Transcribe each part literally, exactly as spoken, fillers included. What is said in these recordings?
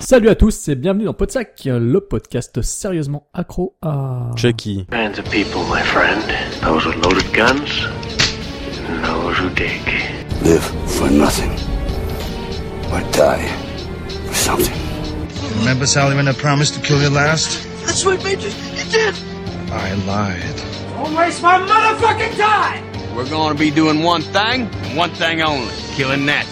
Salut à tous et bienvenue dans Podsac, le podcast sérieusement accro à... Chucky. Kinds of people, my friend. Those with loaded guns, and those who dig. Live for nothing, or die for something. Remember, Sally, when I promised to kill you last? That's what made you. You did. I lied. Don't waste my motherfucking time! We're gonna be doing one thing, and one thing only. Killing that.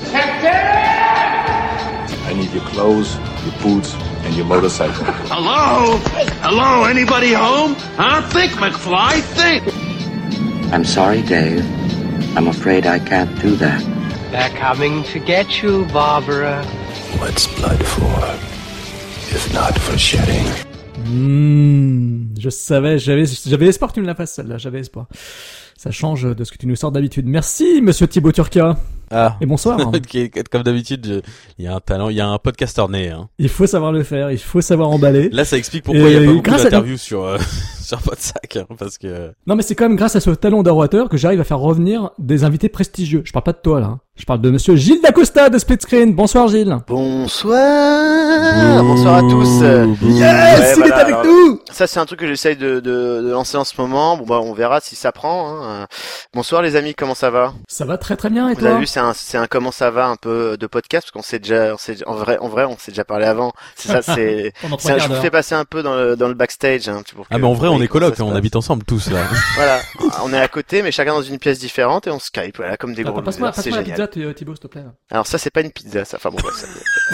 I need your clothes, your boots, and your motorcycle. Hello? Hello? Anybody home? Huh? Think, McFly, think! I'm sorry, Dave. I'm afraid I can't do that. They're coming to get you, Barbara. What's blood for, if not for shedding? Mmh, je savais, j'avais, j'avais espoir que tu me la fasses celle-là, j'avais espoir. Ça change de ce que tu nous sors d'habitude. Merci, monsieur Thibaut Turca. Ah. Et bonsoir. Comme d'habitude, je... il y a un talent, il y a un podcasteur né. Hein. Il faut savoir le faire, il faut savoir emballer. Là, ça explique pourquoi il Et y a pas beaucoup d'interviews à... sur euh, sur Podsac, hein, parce que. Non, mais c'est quand même grâce à ce talent d'orateur que j'arrive à faire revenir des invités prestigieux. Je parle pas de toi là. Hein. Je parle de monsieur Gilles Dacosta de Split Screen. Bonsoir Gilles. Bonsoir. Ouh. Bonsoir à tous. Yes, ouais, il voilà, est avec alors, nous. Ça c'est un truc que j'essaye de, de, de lancer en ce moment. Bon bah on verra si ça prend. Hein. Bonsoir les amis, comment ça va? Ça va très très bien et Vous toi? avez vu, c'est un c'est un comment ça va un peu de podcast parce qu'on s'est déjà on s'est en vrai en vrai on s'est déjà parlé avant. C'est ça c'est. c'est un, je vous fais passer un peu dans le dans le backstage. Hein, pour que, ah mais en vrai on est coloc, on passe. habite ensemble tous là. Voilà, on est à côté mais chacun dans une pièce différente et on Skype voilà comme des ah, gros passe-moi, losers. passe-moi C'est la génial. pizza Thibaut s'il te plaît. Alors ça c'est pas une pizza ça. Enfin bon ouais, ça.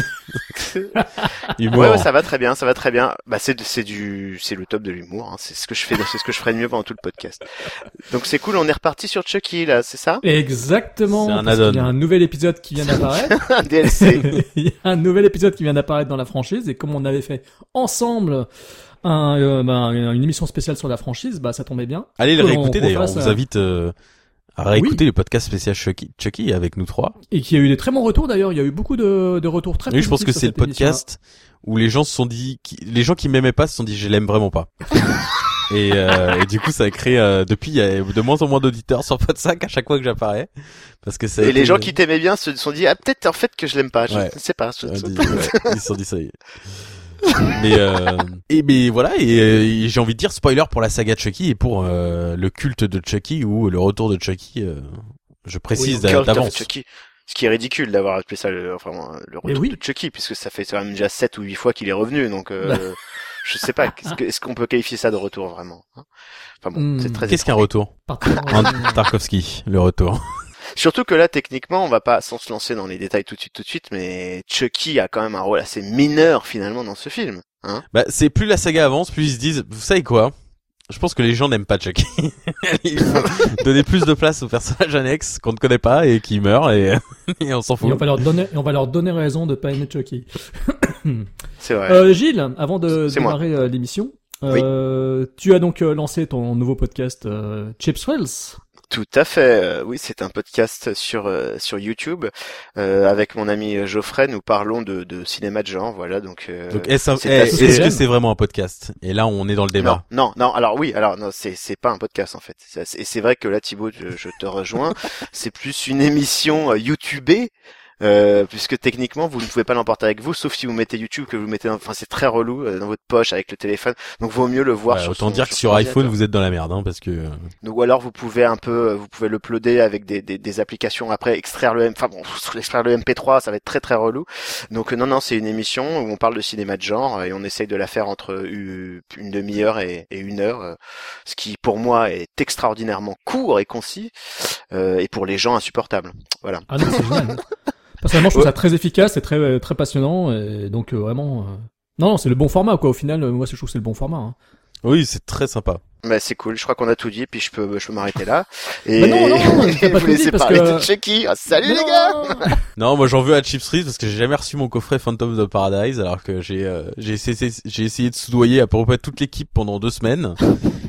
Humour. Ouais, ouais, ça va très bien, ça va très bien. Bah c'est c'est du c'est le top de l'humour. Hein. C'est ce que je fais, c'est ce que je ferai de mieux pendant tout le podcast. Donc c'est cool, on est reparti sur Chucky là, c'est ça? Exactement. C'est un parce add-on. qu'il y a un nouvel épisode qui vient d'apparaître. Un D L C. Il y a un nouvel épisode qui vient d'apparaître dans la franchise et comme on avait fait ensemble un, euh, bah, une émission spéciale sur la franchise, bah ça tombait bien. Allez le On- réécouter on d'ailleurs. On refasse, vous euh, invite euh, à réécouter Oui. le podcast spécial Chucky, Chucky avec nous trois. Et qui a eu des très bons retours d'ailleurs. Il y a eu beaucoup de, de retours très Oui, je pense positifs que sur c'est le cette émission-là. podcast où les gens se sont dit, qui, les gens qui m'aimaient pas se sont dit, je l'aime vraiment pas. et, euh, et du coup, ça a créé, euh, depuis, il y a de moins en moins d'auditeurs sur Podsac à chaque fois que j'apparais. Parce que ça a Et été- les gens qui t'aimaient bien se sont dit ah peut-être en fait que je l'aime pas, je Ouais. ne sais pas. Je- Ah, dit- ouais, ils se sont dit ça y est. mais euh, et mais voilà et, euh, et j'ai envie de dire spoiler pour la saga de Chucky et pour euh, le culte de Chucky ou le retour de Chucky. Euh, je précise Oui, Cult of d'avance. Chucky. Ce qui est ridicule d'avoir appelé ça le, enfin, le retour oui. de Chucky, puisque ça fait quand même déjà sept ou huit fois qu'il est revenu, donc euh, je sais pas, est-ce, que, est-ce qu'on peut qualifier ça de retour vraiment hein. Enfin bon, Hmm. c'est très Qu'est-ce qu'un étrange. retour? Particulièrement- Un Tarkovsky, le retour. Surtout que là, techniquement, on va pas sans se lancer dans les détails tout de suite, tout de suite, mais Chucky a quand même un rôle assez mineur finalement dans ce film. Hein Bah c'est plus la saga avance, plus ils se disent, vous savez quoi? Je pense que les gens n'aiment pas Chucky. Il faut donner plus de place aux personnages annexes qu'on ne connaît pas et qui meurent et, et on s'en Et fout. on va leur donner, et on va leur donner raison de pas aimer Chucky. c'est vrai. Euh, Gilles, avant de C'est démarrer euh, l'émission, euh, tu as donc euh, lancé ton nouveau podcast euh, Chips Thrills. Tout à fait. Euh, oui, c'est un podcast sur euh, sur YouTube euh, avec mon ami Geoffrey. Nous parlons de, de cinéma de genre. Voilà, donc. Euh, Donc est-ce, un- c'est eh, assez- est-ce que c'est vraiment un podcast? Et là on est dans le débat. Non, non, non. Alors oui, alors non, c'est c'est pas un podcast en fait. C'est- c'est- Et c'est vrai que là, Thibaut, je, je te rejoins. C'est plus une émission euh, YouTubée. Euh, puisque techniquement vous ne pouvez pas l'emporter avec vous, sauf si vous mettez YouTube, que vous mettez, dans... enfin c'est très relou euh, dans votre poche avec le téléphone. Donc vaut mieux le voir Ouais, sur autant son- dire que son sur iPhone ordinateur. vous êtes dans la merde, hein, parce que. Donc, ou alors vous pouvez un peu, vous pouvez l'uploader avec des, des, des applications après, extraire le M, enfin bon, extraire le M P trois, ça va être très très relou. Donc euh, non non, c'est une émission où on parle de cinéma de genre et on essaye de la faire entre une une demi-heure et, et une heure, euh, ce qui pour moi est extraordinairement court et concis euh, et pour les gens insupportable. Voilà. Ah non, c'est génial. Personnellement, je trouve Ouais. ça très efficace et très très passionnant et donc euh, vraiment. Euh... Non, non, c'est le bon format quoi. Au final, euh, moi, je trouve que c'est le bon format. Hein. Oui, c'est très sympa. Bah c'est cool, je crois qu'on a tout dit, puis je peux je peux m'arrêter là. Et Bah non, non, t'as pas vous tout dit laissez parce parler que- de Chucky. Ah, salut Mais les non. gars. Non, moi j'en veux à Chips Thrills parce que j'ai jamais reçu mon coffret Phantom of Paradise alors que j'ai euh, j'ai essayé j'ai essayé de soudoyer à peu près toute l'équipe pendant deux semaines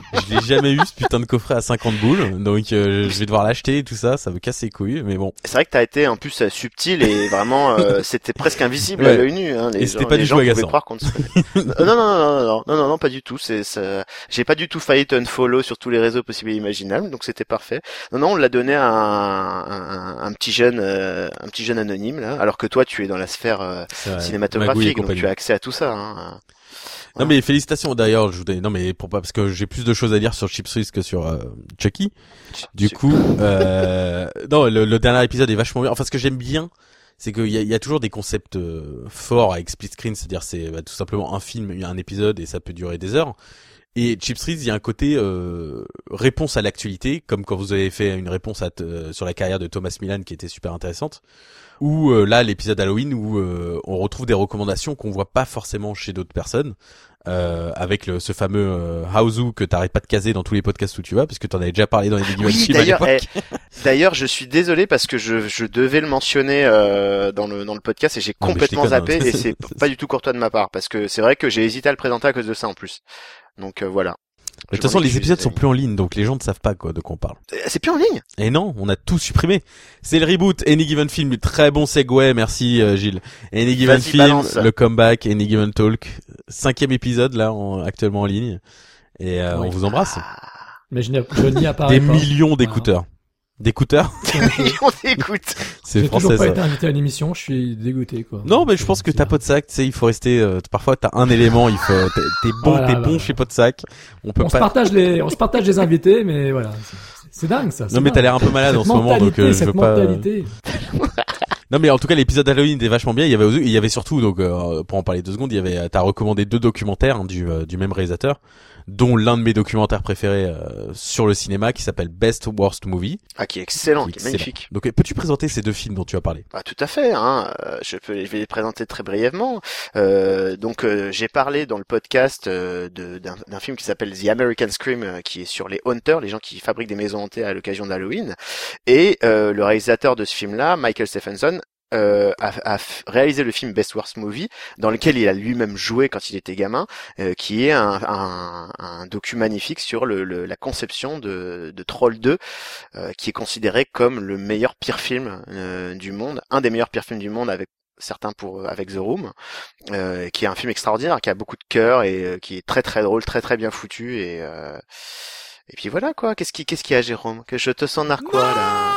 Je l'ai jamais eu ce putain de coffret à cinquante boules, donc euh, je vais devoir l'acheter et tout ça, ça me casse les couilles, mais bon. C'est vrai que t'as été en plus euh, subtil et vraiment euh, c'était presque invisible ouais. à l'œil nu. Hein, les et gens, c'était pas les du gens tout pouvaient agaçant. croire qu'on se... non, non, non, non, non, non, non, non, pas du tout. C'est, ça... J'ai pas du tout failli te unfollow sur tous les réseaux possibles et imaginables, donc c'était parfait. Non, non, on l'a donné à un, un, un petit jeune, euh, un petit jeune anonyme là, alors que toi tu es dans la sphère euh, cinématographique, donc tu as accès à tout ça. Hein. Non mais félicitations d'ailleurs, je vous donne... non mais pour pas parce que j'ai plus de choses à dire sur Cheap Thrills que sur euh, Chucky. Du Ch- coup, euh... non le, le dernier épisode est vachement bien. Enfin ce que j'aime bien, c'est qu'il y a, il y a toujours des concepts euh, forts avec split screen, c'est-à-dire c'est bah, tout simplement un film, un épisode et ça peut durer des heures. Et Cheap Thrills, il y a un côté euh, réponse à l'actualité, comme quand vous avez fait une réponse à t- euh, sur la carrière de Thomas Milan qui était super intéressante. Ou euh, là l'épisode Halloween où euh, on retrouve des recommandations qu'on voit pas forcément chez d'autres personnes, euh, avec le, ce fameux euh, Houseu que t'arrêtes pas de caser dans tous les podcasts où tu vas, parce que t'en avais déjà parlé dans les Enigma oui, Film d'ailleurs, à l'époque. Eh, d'ailleurs, je suis désolé parce que je, je devais le mentionner euh, dans le dans le podcast et j'ai non, complètement déconne, zappé hein. et c'est pas du tout courtois de ma part parce que c'est vrai que j'ai hésité à le présenter à cause de ça en plus. Donc euh, voilà. De toute façon, les épisodes sont plus en ligne, donc les gens ne savent pas quoi de quoi on parle. C'est plus en ligne? Et non, on a tout supprimé. C'est le reboot, Any Given Film, très bon segue, merci euh, Gilles. Any Given Vas-y, Film, balance. le comeback, Any Given Talk, cinquième épisode là, en, actuellement en ligne. Et euh, Oui. on vous embrasse. Mais je, n'ai- je n'y apparais Des pas. millions d'écouteurs. D'écouteurs On t'écoute. C'est J'ai toujours français pas ça. été invité à une émission, je suis dégoûté quoi. Non, mais je pense que t'as Podsac, tu sais, il faut rester. Euh, parfois, t'as un élément, il faut. T'es, t'es bon, Voilà, t'es voilà. bon chez Podsac. On peut On se pas. partage les, on se partage les invités, mais voilà. C'est, c'est dingue ça. c'est Non, mais dingue. t'as l'air un peu malade en Cette ce moment, donc mentalité, euh, je cette veux pas. mentalité. Non, mais en tout cas, l'épisode Halloween était vachement bien. Il y avait, il y avait surtout, donc euh, pour en parler deux secondes, il y avait. T'as recommandé deux documentaires hein, du euh, du même réalisateur, dont l'un de mes documentaires préférés euh, sur le cinéma, qui s'appelle Best Worst Movie. Ah, qui est excellent, qui est, excellent. magnifique. Donc, euh, peux-tu présenter ces deux films dont tu as parlé? Ah, tout à fait. Hein. Euh, je peux, je vais les présenter très brièvement. Euh, donc, euh, j'ai parlé dans le podcast euh, de, d'un, d'un film qui s'appelle The American Scream, euh, qui est sur les hunters, les gens qui fabriquent des maisons hantées à l'occasion d'Halloween. Et euh, le réalisateur de ce film-là, Michael Stephenson, Euh, a, a f- réalisé le film Best Worst Movie, dans lequel il a lui-même joué quand il était gamin, euh, qui est un, un, un docu magnifique sur le, le, la conception de, de Troll deux, euh, qui est considéré comme le meilleur pire film euh, du monde, un des meilleurs pires films du monde avec certains pour avec The Room, euh, qui est un film extraordinaire, qui a beaucoup de cœur et euh, qui est très très drôle, très très bien foutu et euh, et puis voilà quoi. Qu'est-ce qui qu'est-ce qu'il y a, Jérôme? Que je te sens narquois là.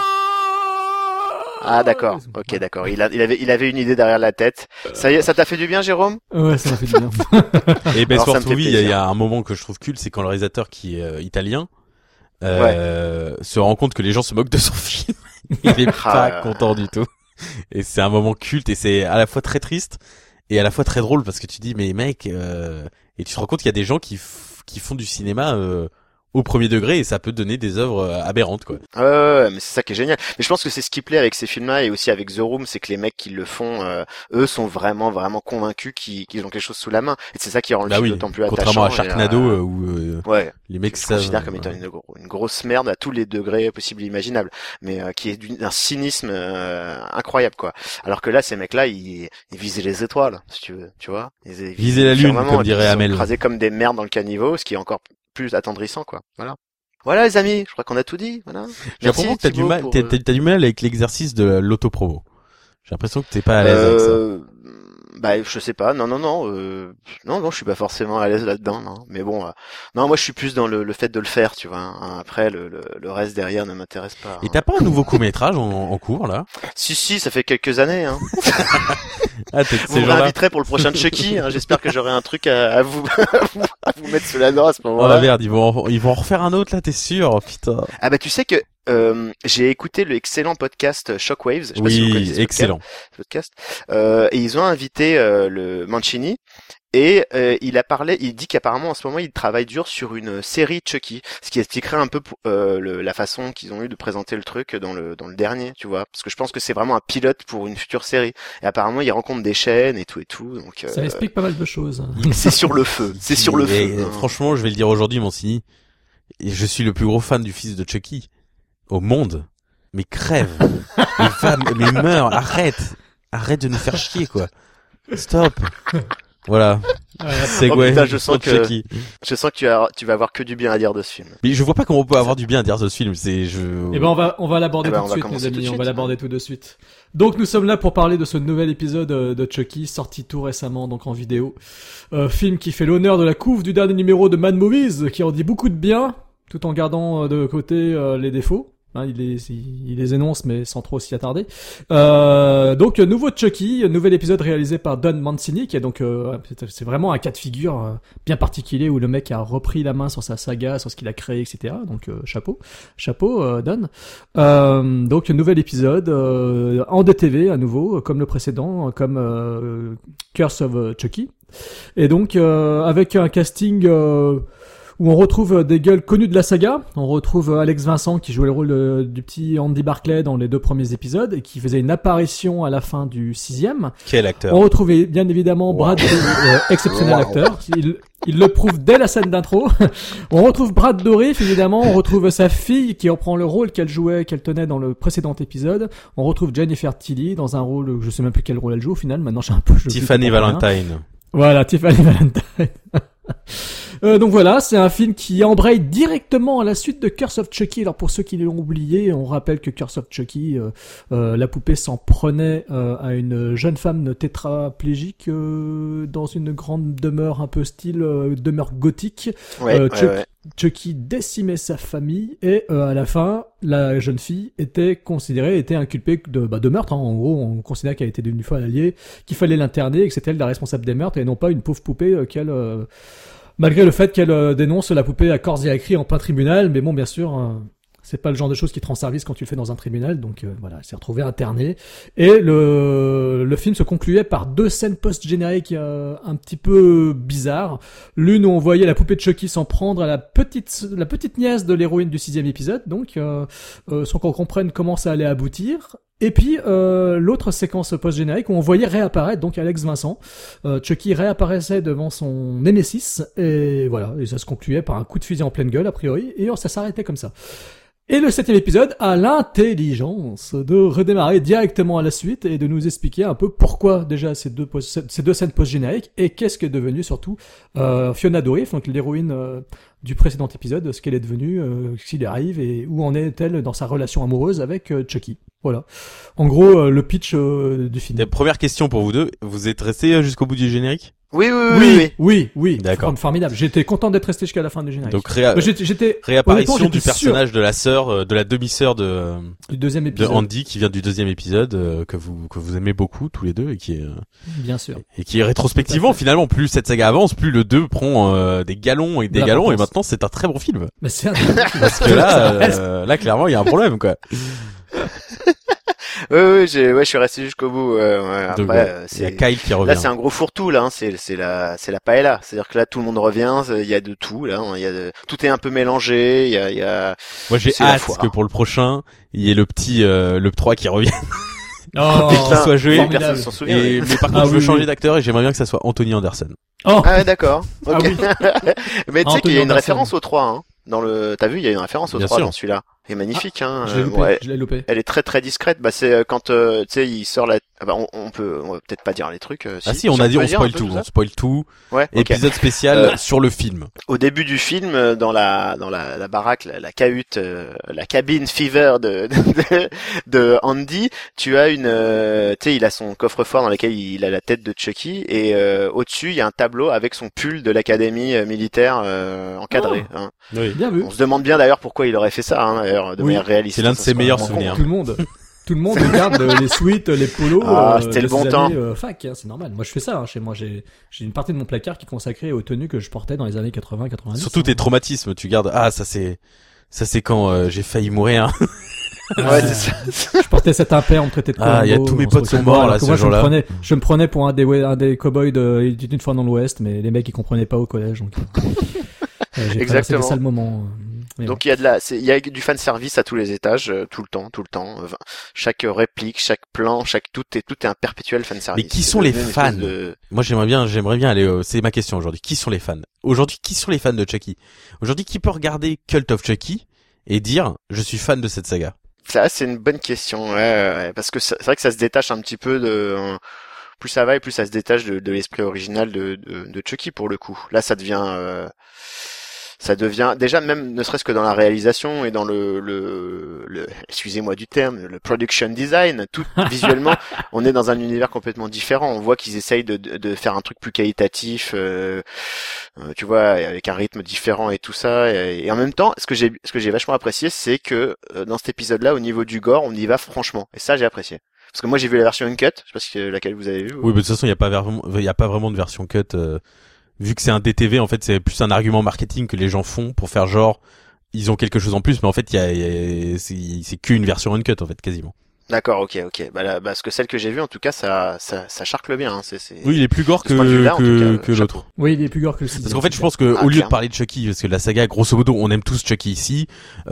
Ah d'accord, ok d'accord. Il, a, il avait, il avait une idée derrière la tête. Ça y est, ça t'a fait du bien, Jérôme? Ouais, ça m'a fait du bien. Et Best Alors, ça Worst me fait Movie, il y, a- il y plaisir. a un moment que je trouve culte, c'est quand le réalisateur qui est euh, italien euh, se rend compte que les gens se moquent de son film. Il est pas Ah. content du tout. Et c'est un moment culte et c'est à la fois très triste et à la fois très drôle parce que tu dis mais mec euh... et tu te rends compte qu'il y a des gens qui f... qui font du cinéma euh, au premier degré et ça peut donner des œuvres euh, aberrantes quoi. Ouais, ouais, ouais, mais c'est ça qui est génial. Mais je pense que c'est ce qui plaît avec ces films-là et aussi avec The Room, c'est que les mecs qui le font, euh, eux, sont vraiment, vraiment convaincus qu'ils, qu'ils ont quelque chose sous la main. Et c'est ça qui rend le Bah film oui, d'autant plus attachant. contrairement à et, Sharknado euh, euh, où euh, ouais. les mecs Je savent. considère comme étant ouais. une, gro- une grosse merde à tous les degrés possibles et imaginables, mais euh, qui est d'une- d'un cynisme euh, incroyable quoi. Alors que là, ces mecs-là, ils, ils visaient les étoiles, si tu veux, tu vois. Ils, ils Viser la le lune, firmament, comme et puis dirait ils sont Hamel. écrasés comme des merdes dans le caniveau, ce qui est encore plus attendrissant quoi. Voilà. Voilà les amis, je crois qu'on a tout dit. Voilà. J'ai l'impression que t'as du Thibaut, mal, pour, t'as, euh, t'as, t'as du mal avec l'exercice de l'autopromo. J'ai l'impression que t'es pas à l'aise avec ça. Euh, bah, je sais pas. Non, non, non. Euh, non, non, je suis pas forcément à l'aise là-dedans. Non. Mais bon, euh, non, moi, je suis plus dans le, le fait de le faire, tu vois. Hein. Après, le, le, le reste derrière ne m'intéresse pas. Et Hein. t'as pas un nouveau court-métrage en, en cours, là? Si, si, ça fait quelques années. Hein. Ah, t'es de Vous ces me gens-là? réinviterez pour le prochain Chucky. Hein. J'espère que j'aurai un truc à, à vous, à vous mettre sous la dent à ce Oh moment-là. la merde, ils vont, en, ils vont en refaire un autre, là, t'es sûr? Oh, putain. Ah bah, tu sais que euh, j'ai écouté le excellent podcast Shockwaves. Je sais pas si vous Oui, connaissez ce excellent. podcast. Euh, et ils ont invité euh, le Mancini. Et euh, il a parlé, il dit qu'apparemment en ce moment il travaille dur sur une série Chucky, ce qui expliquerait un peu euh, le, la façon qu'ils ont eu de présenter le truc dans le dans le dernier, tu vois, parce que je pense que c'est vraiment un pilote pour une future série. Et apparemment il rencontre des chaînes et tout et tout, donc euh, Ça explique pas mal de choses. c'est sur le feu, c'est sur le Et, feu. euh, Franchement, je vais le dire aujourd'hui, Mancini. Je suis le plus gros fan du fils de Chucky au monde. Mais crève. mais va, mais meurs. Arrête. Arrête de nous faire chier, quoi. Stop. Voilà. C'est oh, ouais. putain, je sens que Chucky. je sens que tu as tu vas avoir que du bien à dire de ce film. Mais je vois pas comment on peut avoir du bien à dire de ce film. C'est je. Eh ben on va on va l'aborder Eh ben, tout on de va suite, commencer mes tout de amis. On suite. va l'aborder tout de suite. Donc nous sommes là pour parler de ce nouvel épisode euh, de Chucky sorti tout récemment, donc en vidéo. Euh, film qui fait l'honneur de la couve du dernier numéro de Mad Movies, qui en dit beaucoup de bien, tout en gardant euh, de côté euh, les défauts. Hein, il, les, il les énonce, mais sans trop s'y attarder. Euh, donc, nouveau Chucky, nouvel épisode réalisé par Don Mancini, qui est donc, euh, c'est, c'est vraiment un cas de figure euh, bien particulier où le mec a repris la main sur sa saga, sur ce qu'il a créé, et cetera. Donc, euh, chapeau, chapeau, euh, Don. Euh, donc, nouvel épisode euh, en D T V à nouveau, comme le précédent, comme euh, Curse of Chucky, et donc euh, avec un casting. Euh, où on retrouve des gueules connues de la saga. On retrouve Alex Vincent qui jouait le rôle de, du petit Andy Barclay dans les deux premiers épisodes et qui faisait une apparition à la fin du sixième. Quel acteur. On retrouve bien évidemment Brad, wow. euh, exceptionnel wow. acteur. Il, il le prouve dès la scène d'intro. On retrouve Brad Dourif, évidemment. On retrouve sa fille qui reprend le rôle qu'elle jouait, qu'elle tenait dans le précédent épisode. On retrouve Jennifer Tilly dans un rôle, je sais même plus quel rôle elle joue au final. Maintenant, j'ai un peu... Tiffany Valentine. Voilà, Tiffany Valentine. Euh, donc voilà, c'est un film qui embraye directement à la suite de Curse of Chucky. Alors pour ceux qui l'ont oublié, on rappelle que Curse of Chucky, euh, euh, la poupée s'en prenait euh, à une jeune femme tétraplégique euh, dans une grande demeure un peu style euh, demeure gothique. Ouais, euh, ouais, Chucky, ouais. Chucky décimait sa famille et euh, à la fin, la jeune fille était considérée, était inculpée de, bah, de meurtre. Hein. En gros, on considérait qu'elle était d'une fois alliée, qu'il fallait l'interner et que c'était elle la responsable des meurtres et non pas une pauvre poupée euh, qu'elle... Euh, malgré le fait qu'elle euh, dénonce la poupée à corps et à cri en plein tribunal, mais bon, bien sûr, euh, c'est pas le genre de choses qui te rend service quand tu le fais dans un tribunal, donc euh, voilà, elle s'est retrouvée internée. Et le le film se concluait par deux scènes post-génériques euh, un petit peu bizarres. L'une où on voyait la poupée de Chucky s'en prendre à la petite la petite nièce de l'héroïne du sixième épisode, donc euh, euh, sans qu'on comprenne comment ça allait aboutir. Et puis euh, l'autre séquence post-générique où on voyait réapparaître donc Alex Vincent. Euh, Chucky réapparaissait devant son Némésis et voilà, et ça se concluait par un coup de fusil en pleine gueule a priori et ça s'arrêtait comme ça. Et le septième épisode a l'intelligence de redémarrer directement à la suite et de nous expliquer un peu pourquoi déjà ces deux, post- ces deux scènes post-génériques et qu'est-ce qu'est devenu surtout euh, Fiona Dourif, donc l'héroïne euh, du précédent épisode, ce qu'elle est devenue, euh, ce qu'il arrive et où en est-elle dans sa relation amoureuse avec euh, Chucky. Voilà. En gros, euh, le pitch euh, du film. Et première question pour vous deux, vous êtes restés jusqu'au bout du générique ? Oui, oui, oui, oui, oui, oui, oui. D'accord. Formidable. J'étais content d'être resté jusqu'à la fin du générique. Donc réa- j'étais, j'étais, réapparition j'étais du personnage de la sœur, de la demi-sœur de du deuxième épisode de Andy qui vient du deuxième épisode euh, que vous que vous aimez beaucoup tous les deux et qui est euh, bien sûr et qui est rétrospectivement finalement plus cette saga avance, plus le deux prend euh, des galons et des galons et maintenant c'est un très bon film. Mais c'est un... parce que là euh, là clairement il y a un problème quoi. Oui, oui, j'ai, ouais, je suis resté jusqu'au bout. Ouais, ouais. Après, Donc, ouais, euh, c'est il y a Kyle qui revient. Là, c'est un gros fourre-tout. Là, hein. c'est, c'est la, c'est la paella. C'est-à-dire que là, tout le monde revient. Il y a de tout. Là, il y a de... tout est un peu mélangé. Il y a, il y a. Moi, j'ai c'est hâte que pour le prochain, il y ait le petit, euh, le trois qui revient. Oh, et qu'il soit joué. Personne s'en souvient. Et, mais par contre, ah, je veux oui, changer oui. d'acteur et j'aimerais bien que ça soit Anthony Anderson. Oh. Ah ouais, d'accord. Okay. Ah, oui. Mais tu sais qu'il y a une Anderson. référence au trois. Hein. Dans le, t'as vu, il y a une référence au Bien trois sûr. dans celui-là. C'est magnifique, ah, hein. Je l'ai loupé. Ouais. Je l'ai loupé. Elle est très très discrète. Bah c'est euh, quand euh, tu sais il sort la. Ah bah on, on peut, on va peut-être pas dire les trucs. Euh, si, Ah si, on a dit peut on dire spoil un peu tout, ça on spoil tout. Ouais. ok. Épisode spécial Euh, sur le film. Au début du film, euh, dans la dans la, la baraque, la, la cahute, euh, la cabine fever de de, de Andy, tu as une, euh, tu sais, il a son coffre-fort dans lequel il a la tête de Chucky et euh, au-dessus il y a un tableau avec son pull de l'académie euh, militaire euh, encadré. Oh. Hein. Oui. Bien vu. On se demande bien d'ailleurs pourquoi il aurait fait ça, hein, d'ailleurs, de Oui. manière réaliste. C'est l'un de Ça ses se meilleurs rend compte. souvenirs. Tout le monde. Tout le monde regarde euh, les suites, les polos. Ah, euh, c'était le de bon ses temps. années, euh, fac, hein, c'est normal. Moi, je fais ça hein, chez moi. J'ai, j'ai une partie de mon placard qui est consacrée aux tenues que je portais dans les années quatre-vingts quatre-vingt-dix. Surtout hein. tes traumatismes, tu gardes. Ah, ça c'est, ça c'est quand euh, j'ai failli mourir. Ouais, c'est ça. Je portais cet impair, on me traitait de Ah, Columbo, il y a tous mes on se potes sont moquait de morts, moi, là, alors que ce moi, je me jour-là. prenais, je me prenais pour un des, un des cowboys de, il était une fois dans l'Ouest, mais les mecs ils comprenaient pas au collège, donc. euh, j'ai traversé Exactement. des sales moments. Mais Donc il y a de la, c'est, il y a du fan service à tous les étages, euh, tout le temps, tout le temps. Euh, chaque réplique, chaque plan, chaque tout est tout est un perpétuel fan service. Mais qui C'est sont les devenu une fans espèce de- Moi, j'aimerais bien, j'aimerais bien aller. euh, c'est ma question aujourd'hui. Qui sont les fans aujourd'hui? Qui sont les fans de Chucky? Aujourd'hui, qui peut regarder Cult of Chucky et dire je suis fan de cette saga? Ça, c'est une bonne question, ouais, ouais, ouais, parce que ça- c'est vrai que ça se détache un petit peu de. plus ça va et plus ça se détache de, de l'esprit original de, de, de Chucky pour le coup. Là, ça devient, euh, ça devient déjà même ne serait-ce que dans la réalisation et dans le, le, le excusez-moi du terme, le production design, tout visuellement, on est dans un univers complètement différent. On voit qu'ils essayent de, de, de faire un truc plus qualitatif, euh, euh, tu vois, avec un rythme différent et tout ça. Et, et en même temps, ce que j'ai, ce que j'ai vachement apprécié, c'est que euh, dans cet épisode-là, au niveau du gore, on y va franchement. Et ça, j'ai apprécié. Parce que moi, j'ai vu la version uncut. Je sais pas si laquelle vous avez vu. Oui, mais de toute façon, il y a pas vraiment, il y a pas vraiment de version cut. Euh... Vu que c'est un D T V, en fait, c'est plus un argument marketing que les gens font pour faire genre, ils ont quelque chose en plus, mais en fait, il y a, y a c'est, c'est qu'une version uncut, en fait, quasiment. D'accord, ok, ok. Bah, là, parce que celle que j'ai vue, en tout cas, ça, ça, ça charcle bien. Hein. C'est, c'est... Oui, il est plus gore que, là, que, cas, que l'autre. Oui, il est plus gore que le sixième. Parce qu'en fait, je pense que ah, au lieu clairement. de parler de Chucky, parce que la saga, grosso modo, on aime tous Chucky ici.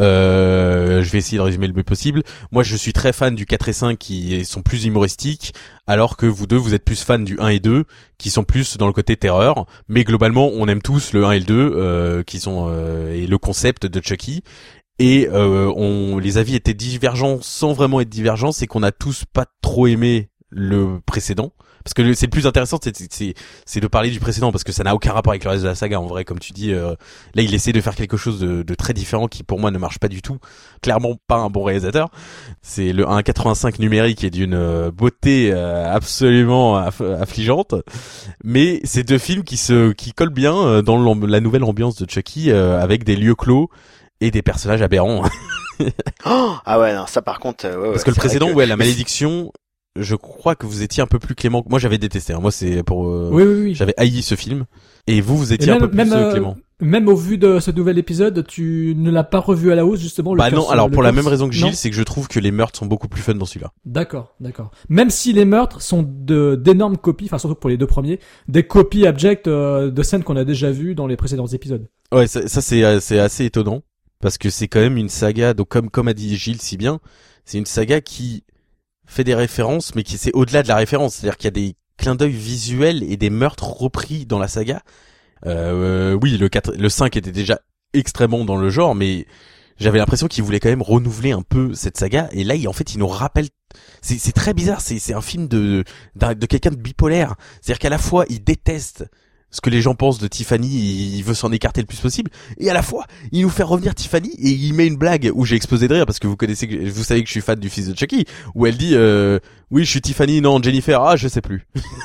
Euh, je vais essayer de résumer le mieux possible. Moi, je suis très fan du quatre et cinq qui sont plus humoristiques, alors que vous deux, vous êtes plus fans du un et deux qui sont plus dans le côté terreur. Mais globalement, on aime tous le un et le deux euh, qui sont euh, et le concept de Chucky. Et euh, on, les avis étaient divergents sans vraiment être divergents, c'est qu'on a tous pas trop aimé le précédent. Parce que le, c'est le plus intéressant, c'est, c'est, c'est de parler du précédent, parce que ça n'a aucun rapport avec le reste de la saga. En vrai, comme tu dis, euh, là, il essaie de faire quelque chose de, de très différent qui, pour moi, ne marche pas du tout. Clairement pas un bon réalisateur. C'est le un virgule quatre-vingt-cinq numérique est d'une euh, beauté euh, absolument aff- affligeante. Mais c'est deux films qui se qui collent bien euh, dans la nouvelle ambiance de Chucky, euh, avec des lieux clos et des personnages aberrants. Oh ah ouais, non, ça par contre, euh, ouais, parce ouais, que le précédent, que... ouais, la malédiction, je crois que vous étiez un peu plus clément. Moi, j'avais détesté. Hein. Moi, c'est pour. Euh, oui, oui, oui. J'avais haï ce film. Et vous, vous étiez et même, un peu plus même, euh, clément. Même au vu de ce nouvel épisode, tu ne l'as pas revu à la hausse justement. Le Bah non. curse, Alors le pour la curse... même raison que Gilles, non. c'est que je trouve que les meurtres sont beaucoup plus fun dans celui-là. D'accord, d'accord. Même si les meurtres sont de d'énormes copies, enfin surtout pour les deux premiers, des copies abjectes euh, de scènes qu'on a déjà vues dans les précédents épisodes. Ouais, ça, ça c'est euh, c'est assez étonnant parce que c'est quand même une saga. Donc comme comme a dit Gilles si bien, c'est une saga qui fait des références, mais qui c'est au-delà de la référence. C'est-à-dire qu'il y a des clins d'œil visuels et des meurtres repris dans la saga. Euh, oui, le quatre, le cinq était déjà extrêmement dans le genre, mais j'avais l'impression qu'il voulait quand même renouveler un peu cette saga. Et là, il, en fait, il nous rappelle. C'est, c'est très bizarre. C'est, c'est un film de, d'un, de quelqu'un de bipolaire. C'est-à-dire qu'à la fois, il déteste ce que les gens pensent de Tiffany, il veut s'en écarter le plus possible, et à la fois, il nous fait revenir Tiffany et il met une blague où j'ai explosé de rire parce que vous connaissez, que, vous savez que je suis fan du fils de Chucky, où elle dit euh, oui, je suis Tiffany, non Jennifer, ah je sais plus.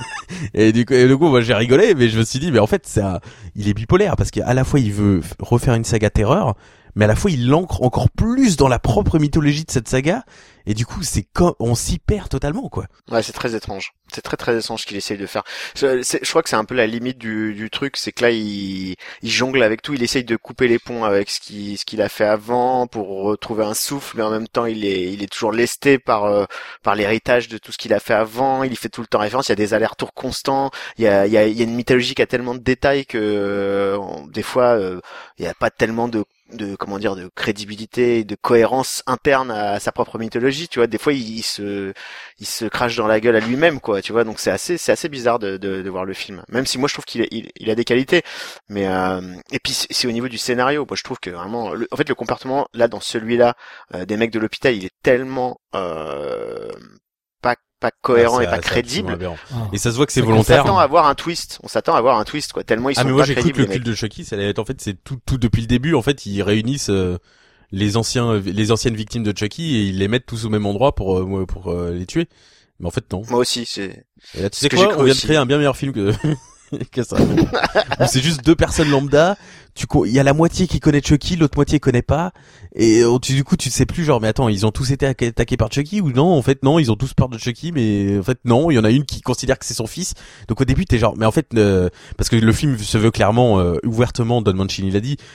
et du coup, et du coup, moi j'ai rigolé, mais je me suis dit mais en fait c'est un, il est bipolaire parce qu'à la fois il veut refaire une saga terreur, mais à la fois il l'ancre encore plus dans la propre mythologie de cette saga. Et du coup, c'est quand on s'y perd totalement, quoi. Ouais, c'est très étrange. C'est très très étrange ce qu'il essaye de faire. Je, je crois que c'est un peu la limite du, du truc, c'est que là, il, il jongle avec tout. Il essaye de couper les ponts avec ce qu'il, ce qu'il a fait avant pour retrouver un souffle, mais en même temps, il est, il est toujours lesté par, euh, par l'héritage de tout ce qu'il a fait avant. Il y fait tout le temps référence. Il y a des allers-retours constants. Il y a, il y a, il y a une mythologie qui a tellement de détails que euh, des fois, euh, il n'y a pas tellement de de comment dire de crédibilité et de cohérence interne à sa propre mythologie, tu vois. Des fois il, il se il se crache dans la gueule à lui-même, quoi, tu vois. Donc c'est assez c'est assez bizarre de, de de voir le film, même si moi je trouve qu'il a, il, il a des qualités, mais euh, et puis c'est, c'est au niveau du scénario. Moi je trouve que vraiment le, en fait le comportement là dans celui-là euh, des mecs de l'hôpital, il est tellement euh, pas pas cohérent ah, et pas crédible. Ah. Et ça se voit que c'est, c'est volontaire. On s'attend à avoir un twist. On s'attend à avoir un twist, quoi. Tellement ils sont ah, mais moi, pas j'ai crédibles. Cru que le culte de Chucky, ça allait être, en fait, c'est tout, tout depuis le début. En fait, ils réunissent euh, les anciens, les anciennes victimes de Chucky et ils les mettent tous au même endroit pour euh, pour euh, les tuer. Mais en fait, non. Moi aussi, c'est. Et là, tu sais quoi, on vient de créer un bien meilleur film que. que ça. C'est juste deux personnes lambda. Tu, il y a la moitié qui connaît Chucky, l'autre moitié connaît pas. Et tu, du coup, tu sais plus genre, mais attends, ils ont tous été attaqués par Chucky ou non? En fait, non, ils ont tous peur de Chucky, mais en fait, non. Il y en a une qui considère que c'est son fils. Donc au début, t'es genre, mais en fait, euh, parce que le film se veut clairement, euh, ouvertement, Don Mancini l'a dit,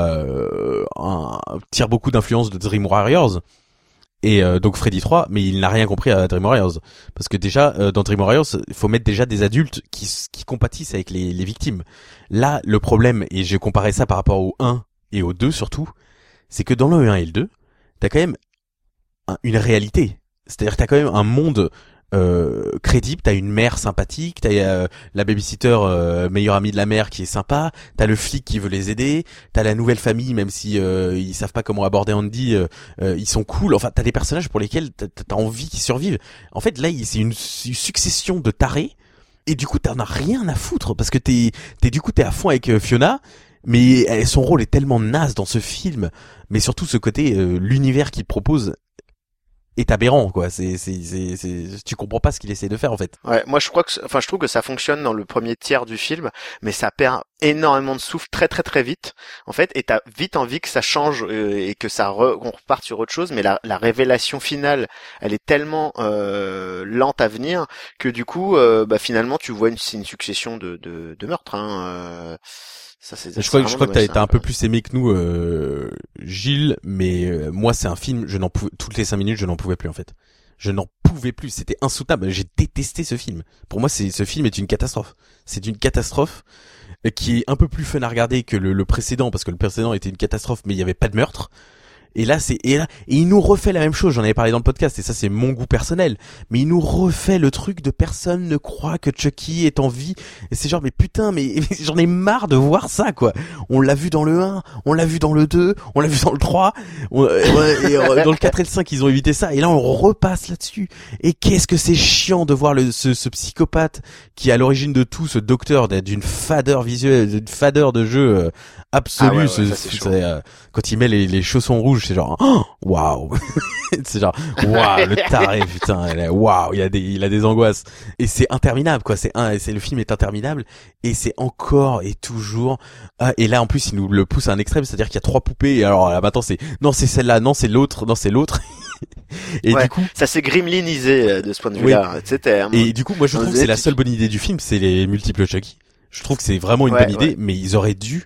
euh, un, tire beaucoup d'influence de Dream Warriors. Et euh, donc Freddy trois, mais il n'a rien compris à Dream Warriors, parce que déjà euh, dans Dream Warriors, il faut mettre déjà des adultes qui qui compatissent avec les, les victimes. Là, le problème, et j'ai comparé ça par rapport au un et au deux surtout, c'est que dans le un et le deux, t'as quand même un, une réalité. C'est-à-dire que t'as quand même un monde euh, crédible, t'as une mère sympathique, t'as euh, la babysitter euh, meilleure amie de la mère qui est sympa, t'as le flic qui veut les aider, t'as la nouvelle famille même si euh, ils savent pas comment aborder Andy, euh, euh, ils sont cool. Enfin, t'as des personnages pour lesquels t'as, t'as envie qu'ils survivent. En fait, là, c'est une, une succession de tarés Et du coup, t'en as rien à foutre parce que t'es, t'es du coup, t'es à fond avec euh, Fiona, mais elle, son rôle est tellement naze dans ce film, mais surtout ce côté, euh, l'univers qu'il propose est aberrant, quoi. C'est, c'est, c'est, c'est, tu comprends pas ce qu'il essaie de faire, en fait. Ouais, moi je crois que, enfin je trouve que ça fonctionne dans le premier tiers du film, mais ça perd énormément de souffle très très très vite, en fait, et t'as vite envie que ça change euh, et que ça re, qu'on reparte sur autre chose, mais la, la révélation finale, elle est tellement euh, lente à venir que du coup, euh, bah finalement tu vois une, c'est une succession de de, de meurtres. Hein, euh, Ça, c'est, je crois que je crois que t'as, ça, t'as un peu plus aimé que nous, euh, Gilles, mais euh, moi c'est un film, je n'en pouvais, toutes les cinq minutes je n'en pouvais plus en fait. Je n'en pouvais plus, c'était insoutenable. J'ai détesté ce film. Pour moi, c'est ce film est une catastrophe. C'est une catastrophe qui est un peu plus fun à regarder que le, le précédent, parce que le précédent était une catastrophe, mais il y avait pas de meurtre. Et là, c'est et là et il nous refait la même chose. J'en avais parlé dans le podcast, et ça c'est mon goût personnel. Mais il nous refait le truc de personne ne croit que Chucky est en vie. Et c'est genre mais putain, mais j'en ai marre de voir ça quoi. On l'a vu dans le un, on l'a vu dans le deux, on l'a vu dans le trois, on, et dans le quatre et le cinq ils ont évité ça. Et là on repasse là-dessus. Et qu'est-ce que c'est chiant de voir le ce, ce psychopathe qui est à l'origine de tout, ce docteur d'une fadeur visuelle, d'une fadeur de jeu euh, absolue. Ah ouais, ouais, ce, ça, c'est ce, chaud. euh, quand il met les, les chaussons rouges, c'est genre waouh, wow. C'est genre waouh, le taré putain, waouh, il y a des il a des angoisses et c'est interminable quoi, c'est un c'est le film est interminable et c'est encore et toujours ah, et là en plus il nous le pousse à un extrême, c'est-à-dire qu'il y a trois poupées et alors là maintenant c'est non c'est celle-là, non c'est l'autre, non c'est l'autre. Et ouais, du coup ça s'est gremlinisé de ce point de vue-là, oui. C'était Et du coup moi je trouve que c'est la seule bonne idée du film, c'est les multiples Chucky. Je trouve que c'est vraiment une ouais, bonne idée, ouais. mais ils auraient dû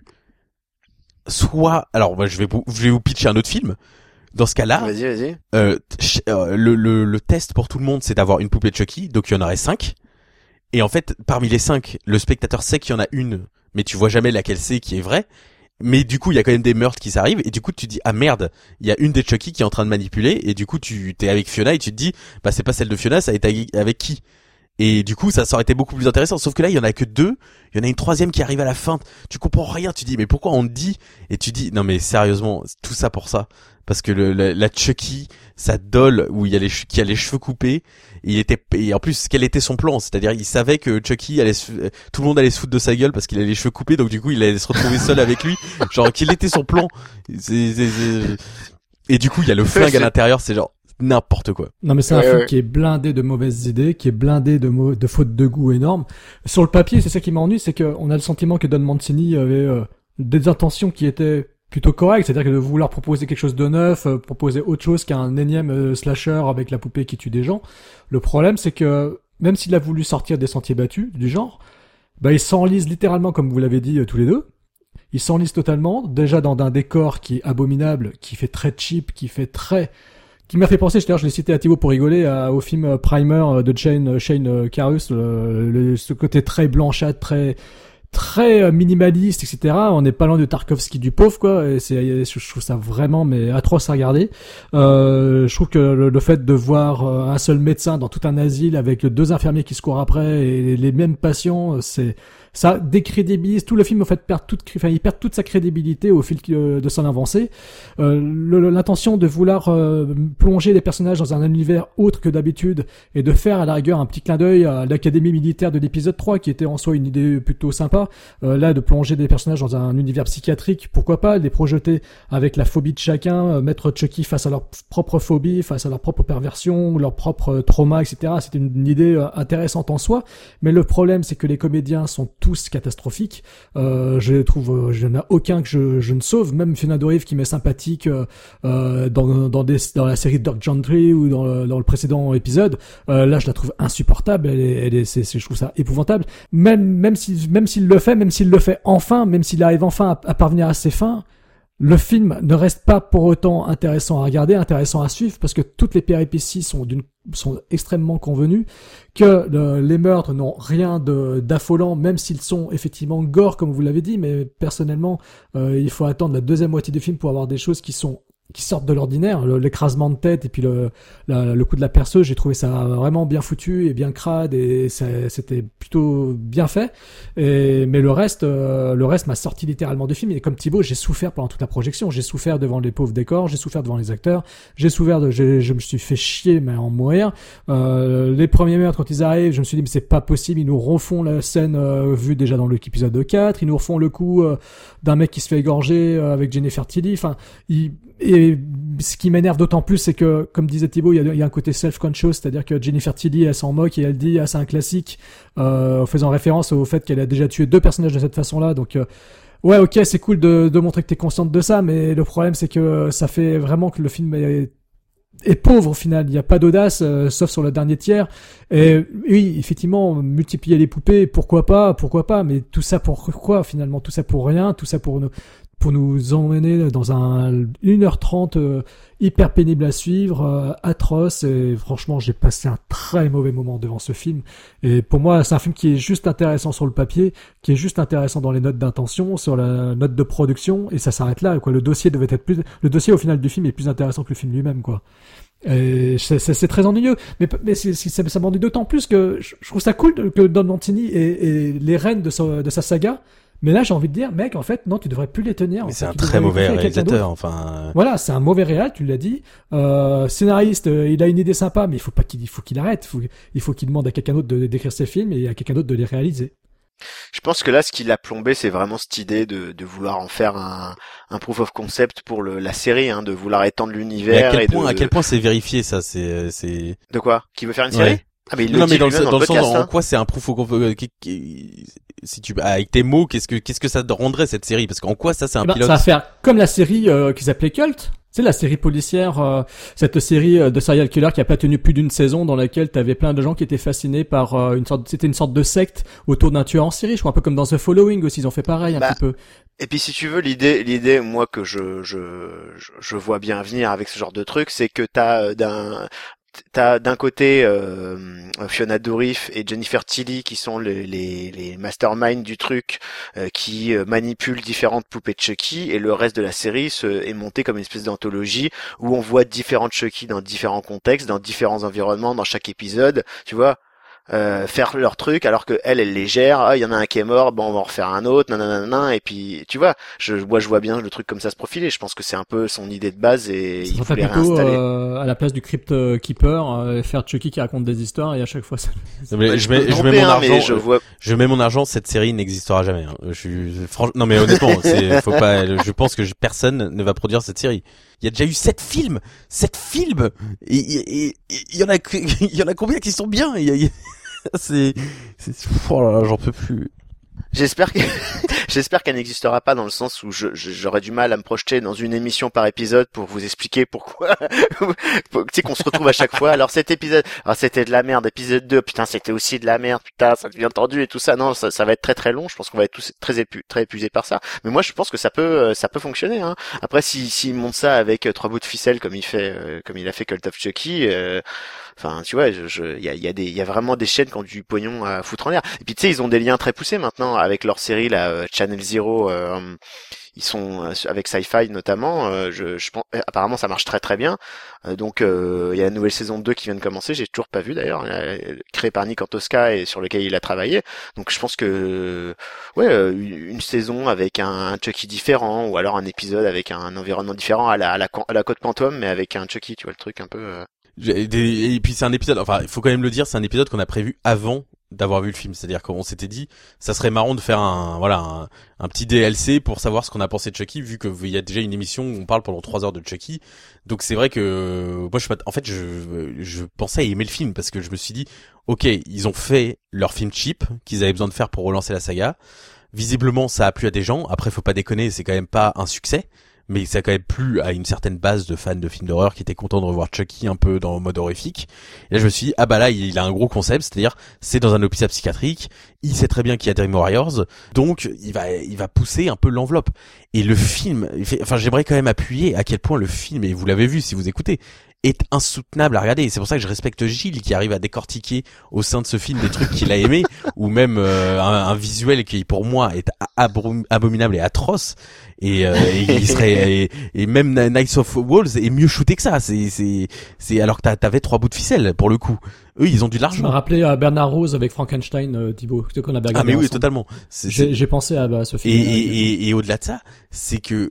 soit alors moi je vais vous, je vais vous pitcher un autre film. Dans ce cas-là, vas-y, vas-y. Euh, ch- euh, le, le, le test pour tout le monde, c'est d'avoir une poupée de Chucky, donc il y en aurait cinq. Et en fait, parmi les cinq, le spectateur sait qu'il y en a une, mais tu vois jamais laquelle c'est qui est vraie. Mais du coup, il y a quand même des meurtres qui s'arrivent, et du coup, tu dis ah merde, il y a une des Chucky qui est en train de manipuler, et du coup, tu t'es avec Fiona et tu te dis bah c'est pas celle de Fiona, ça a été avec qui? Et du coup, ça, ça aurait été beaucoup plus intéressant. Sauf que là, il y en a que deux. Il y en a une troisième qui arrive à la fin. Tu comprends rien. Tu dis, mais pourquoi on te dit? Et tu dis, non mais sérieusement, tout ça pour ça. Parce que le, la, la Chucky, sa doll où il y a les, qui a les cheveux coupés, il était, et en plus, quel était son plan? C'est-à-dire, il savait que Chucky allait se, tout le monde allait se foutre de sa gueule parce qu'il avait les cheveux coupés. Donc du coup, il allait se retrouver seul avec lui. Genre, quel était son plan? C'est, c'est, c'est... Et du coup, il y a le flingue à l'intérieur. C'est genre, n'importe quoi. Non mais c'est ouais, un film ouais. qui est blindé de mauvaises idées, qui est blindé de, mo- de fautes de goût énormes. Sur le papier, c'est ça qui m'ennuie, c'est qu'on a le sentiment que Don Mancini avait euh, des intentions qui étaient plutôt correctes, c'est-à-dire que de vouloir proposer quelque chose de neuf, euh, proposer autre chose qu'un énième euh, slasher avec la poupée qui tue des gens. Le problème, c'est que même s'il a voulu sortir des sentiers battus du genre, bah il s'enlise littéralement, comme vous l'avez dit euh, tous les deux. Il s'enlise totalement, déjà dans un décor qui est abominable, qui fait très cheap, qui fait très... qui m'a fait penser, d'ailleurs je l'ai cité à Thibaut pour rigoler, à, au film Primer de Shane, Shane Carruth, le, le, ce côté très blanchâtre, très très minimaliste, et cetera. On n'est pas loin de Tarkovsky du pauvre, quoi. Et c'est, je trouve ça vraiment mais atroce à regarder. Euh, je trouve que le, le fait de voir un seul médecin dans tout un asile avec deux infirmiers qui se courent après et les mêmes patients, c'est ça décrédibilise tout le film. En fait, perd toute, enfin, il perd toute sa crédibilité au fil de son avancée. Euh, le, l'intention de vouloir euh, plonger les personnages dans un univers autre que d'habitude et de faire à la rigueur un petit clin d'œil à l'académie militaire de l'épisode trois, qui était en soi une idée plutôt sympa. Euh, là, de plonger des personnages dans un univers psychiatrique, pourquoi pas, les projeter avec la phobie de chacun, euh, mettre Chucky face à leur propre phobie, face à leur propre perversion, leur propre trauma, et cetera. C'était une, une idée euh, intéressante en soi. Mais le problème, c'est que les comédiens sont tous catastrophiques. Euh, je trouve, je n'ai aucun que je, je ne sauve. Même Fiona Dourif qui m'est sympathique euh, dans dans des dans la série Dark Gentry ou dans le, dans le précédent épisode. Euh, là, je la trouve insupportable. Elle est, elle est, c'est, c'est, je trouve ça épouvantable. Même même si même s'il le fait, même s'il le fait enfin, même s'il arrive enfin à, à parvenir à ses fins. Le film ne reste pas pour autant intéressant à regarder, intéressant à suivre, parce que toutes les péripéties sont d'une sont extrêmement convenues, que le, les meurtres n'ont rien de d'affolant, même s'ils sont effectivement gore comme vous l'avez dit, mais personnellement, euh, il faut attendre la deuxième moitié du film pour avoir des choses qui sont qui sortent de l'ordinaire, le, l'écrasement de tête et puis le, la, le coup de la perceuse, j'ai trouvé ça vraiment bien foutu et bien crade et ça, c'était plutôt bien fait. Et, mais le reste, euh, le reste m'a sorti littéralement du film. Et comme Thibaut, j'ai souffert pendant toute la projection. J'ai souffert devant les pauvres décors, j'ai souffert devant les acteurs, j'ai souffert de, j'ai, je me suis fait chier mais en mourir. Euh, les premiers meurtres quand ils arrivent, je me suis dit mais c'est pas possible, ils nous refont la scène euh, vue déjà dans l'épisode quatre, ils nous refont le coup euh, d'un mec qui se fait égorger euh, avec Jennifer Tilly. Enfin, ils Et ce qui m'énerve d'autant plus, c'est que, comme disait Thibaut, il y a, il y a un côté self-conscious, c'est-à-dire que Jennifer Tilly, elle s'en moque et elle dit, ah, c'est un classique, euh, en faisant référence au fait qu'elle a déjà tué deux personnages de cette façon-là. Donc, euh, ouais, ok, c'est cool de, de montrer que t'es consciente de ça, mais le problème, c'est que ça fait vraiment que le film est, est pauvre au final. Il n'y a pas d'audace, euh, sauf sur le dernier tiers. Et oui, effectivement, multiplier les poupées, pourquoi pas, pourquoi pas, mais tout ça pour quoi finalement? Tout ça pour rien, tout ça pour nous. pour nous emmener dans un une heure trente euh, hyper pénible à suivre, euh, atroce, et franchement j'ai passé un très mauvais moment devant ce film. Et pour moi c'est un film qui est juste intéressant sur le papier, qui est juste intéressant dans les notes d'intention, sur la note de production, et ça s'arrête là quoi. Le dossier devait être plus, le dossier au final du film est plus intéressant que le film lui-même quoi. Et c'est, c'est, c'est très ennuyeux, mais, mais c'est, c'est, ça, ça m'ennuie d'autant plus que je, je trouve ça cool que Don Mancini et, et les rênes de sa, de sa saga. Mais là, j'ai envie de dire, mec, en fait, non, tu devrais plus les tenir. Mais c'est fait, un très mauvais réalisateur, enfin. Euh... Voilà, c'est un mauvais réal, tu l'as dit. Euh, scénariste, euh, il a une idée sympa, mais il faut pas qu'il, il faut qu'il arrête. Il faut, il faut qu'il demande à quelqu'un d'autre de, d'écrire ses films et à quelqu'un d'autre de les réaliser. Je pense que là, ce qui l'a plombé, c'est vraiment cette idée de, de vouloir en faire un, un proof of concept pour le, la série, hein, de vouloir étendre l'univers. Mais à quel et point, de... à quel point c'est vérifié, ça, c'est, c'est. De quoi? Qui veut faire une série? Ouais. Ah, mais il non, le mais dans le, dans, dans le podcast, sens, hein. en quoi c'est un proof of concept, si tu, avec tes mots, qu'est-ce que, qu'est-ce que ça rendrait cette série? Parce qu'en quoi ça, c'est un eh ben, pilote? Ça va faire comme la série, euh, qui s'appelait Cult. C'est la série policière, euh, cette série de serial killer qui a pas tenu plus d'une saison, dans laquelle t'avais plein de gens qui étaient fascinés par euh, une sorte, c'était une sorte de secte autour d'un tueur en série. Je crois un peu comme dans The Following aussi, ils ont fait pareil un bah, petit peu. Et puis si tu veux, l'idée, l'idée, moi que je, je, je, je vois bien venir avec ce genre de truc, c'est que t'as d'un T'as d'un côté euh, Fiona Dourif et Jennifer Tilly qui sont les, les, les masterminds du truc, euh, qui euh, manipulent différentes poupées de Chucky, et le reste de la série se, est monté comme une espèce d'anthologie où on voit différentes Chucky dans différents contextes, dans différents environnements, dans chaque épisode, tu vois. Euh, faire leur truc alors que elle elle les gère. Ah, il y en a un qui est mort, bon on va en refaire un autre, nanana, et puis tu vois, je moi je vois bien le truc comme ça se profiler. Je pense que c'est un peu son idée de base et ça il voulait plutôt, réinstaller. Euh, à la place du Crypt Keeper, euh, faire Chucky qui raconte des histoires et à chaque fois ça. Non, mais ouais, je, mets, je, je mets mon hein, argent. Je, vois... je mets mon argent. Cette série n'existera jamais. Hein. Je suis franchement. Non mais honnêtement, c'est faut pas. Je pense que personne ne va produire cette série. Il y a déjà eu sept films, sept films. Et il y en a, il y en a combien qui sont bien? Il y a... c'est, c'est, oh là là, j'en peux plus. J'espère que, j'espère qu'elle n'existera pas dans le sens où je, je, j'aurais du mal à me projeter dans une émission par épisode pour vous expliquer pourquoi, tu sais, qu'on se retrouve à chaque fois. Alors cet épisode, alors c'était de la merde, épisode deux, putain, c'était aussi de la merde, putain, ça bien entendu et tout ça. Non, ça, ça va être très très long. Je pense qu'on va être tous très épu, très épuisés par ça. Mais moi, je pense que ça peut, ça peut fonctionner, hein. Après, si, s'il monte ça avec trois bouts de ficelle comme il fait, euh, comme il a fait Cult of Chucky, euh, enfin, tu vois, je, je, il y a, il y a des, il y a vraiment des chaînes qui ont du pognon à foutre en l'air. Et puis, tu sais, ils ont des liens très poussés maintenant avec leur série, là, euh, Channel Zero. Euh, ils sont euh, avec Sci-Fi notamment. Euh, je, je pense, apparemment, ça marche très très bien. Euh, donc, euh, il y a la nouvelle saison deux qui vient de commencer. J'ai toujours pas vu d'ailleurs, euh, créée par Nick Antosca et sur lequel il a travaillé. Donc, je pense que, ouais, euh, une, une saison avec un, un Chucky différent, ou alors un épisode avec un, un environnement différent à la, à la, à la Côte Pantôme, mais avec un Chucky, tu vois le truc un peu. Euh... Et puis c'est un épisode, enfin il faut quand même le dire, c'est un épisode qu'on a prévu avant d'avoir vu le film, c'est-à-dire qu'on s'était dit ça serait marrant de faire un voilà un, un petit D L C pour savoir ce qu'on a pensé de Chucky, vu que il y a déjà une émission où on parle pendant trois heures de Chucky. Donc c'est vrai que moi je suis pas, en fait je je pensais aimer le film parce que je me suis dit ok, ils ont fait leur film cheap qu'ils avaient besoin de faire pour relancer la saga. Visiblement ça a plu à des gens. Après faut pas déconner, c'est quand même pas un succès. Mais ça a quand même plu à une certaine base de fans de films d'horreur qui étaient contents de revoir Chucky un peu dans le mode horrifique. Et là, je me suis dit, ah bah là, il a un gros concept, c'est-à-dire, c'est dans un hôpital psychiatrique, il sait très bien qu'il y a Dream Warriors, donc il va, il va pousser un peu l'enveloppe. Et le film, il fait, enfin, j'aimerais quand même appuyer à quel point le film, et vous l'avez vu si vous écoutez, est insoutenable à regarder. Et c'est pour ça que je respecte Gilles qui arrive à décortiquer au sein de ce film des trucs qu'il a aimé, ou même euh, un, un visuel qui pour moi est abrom- abominable et atroce. Et, euh, et il serait et, et même Knights of Walls est mieux shooté que ça. C'est c'est c'est alors que t'as, t'avais trois bouts de ficelle pour le coup. Eux ils ont du l'argent. Ça m'a rappelé à Bernard Rose avec Frankenstein, euh, Thibaut, qu'on a regardé. Ah mais oui ensemble. totalement. C'est, j'ai, c'est... j'ai pensé à, bah, à ce film. Et, et, et, et au-delà de ça, c'est que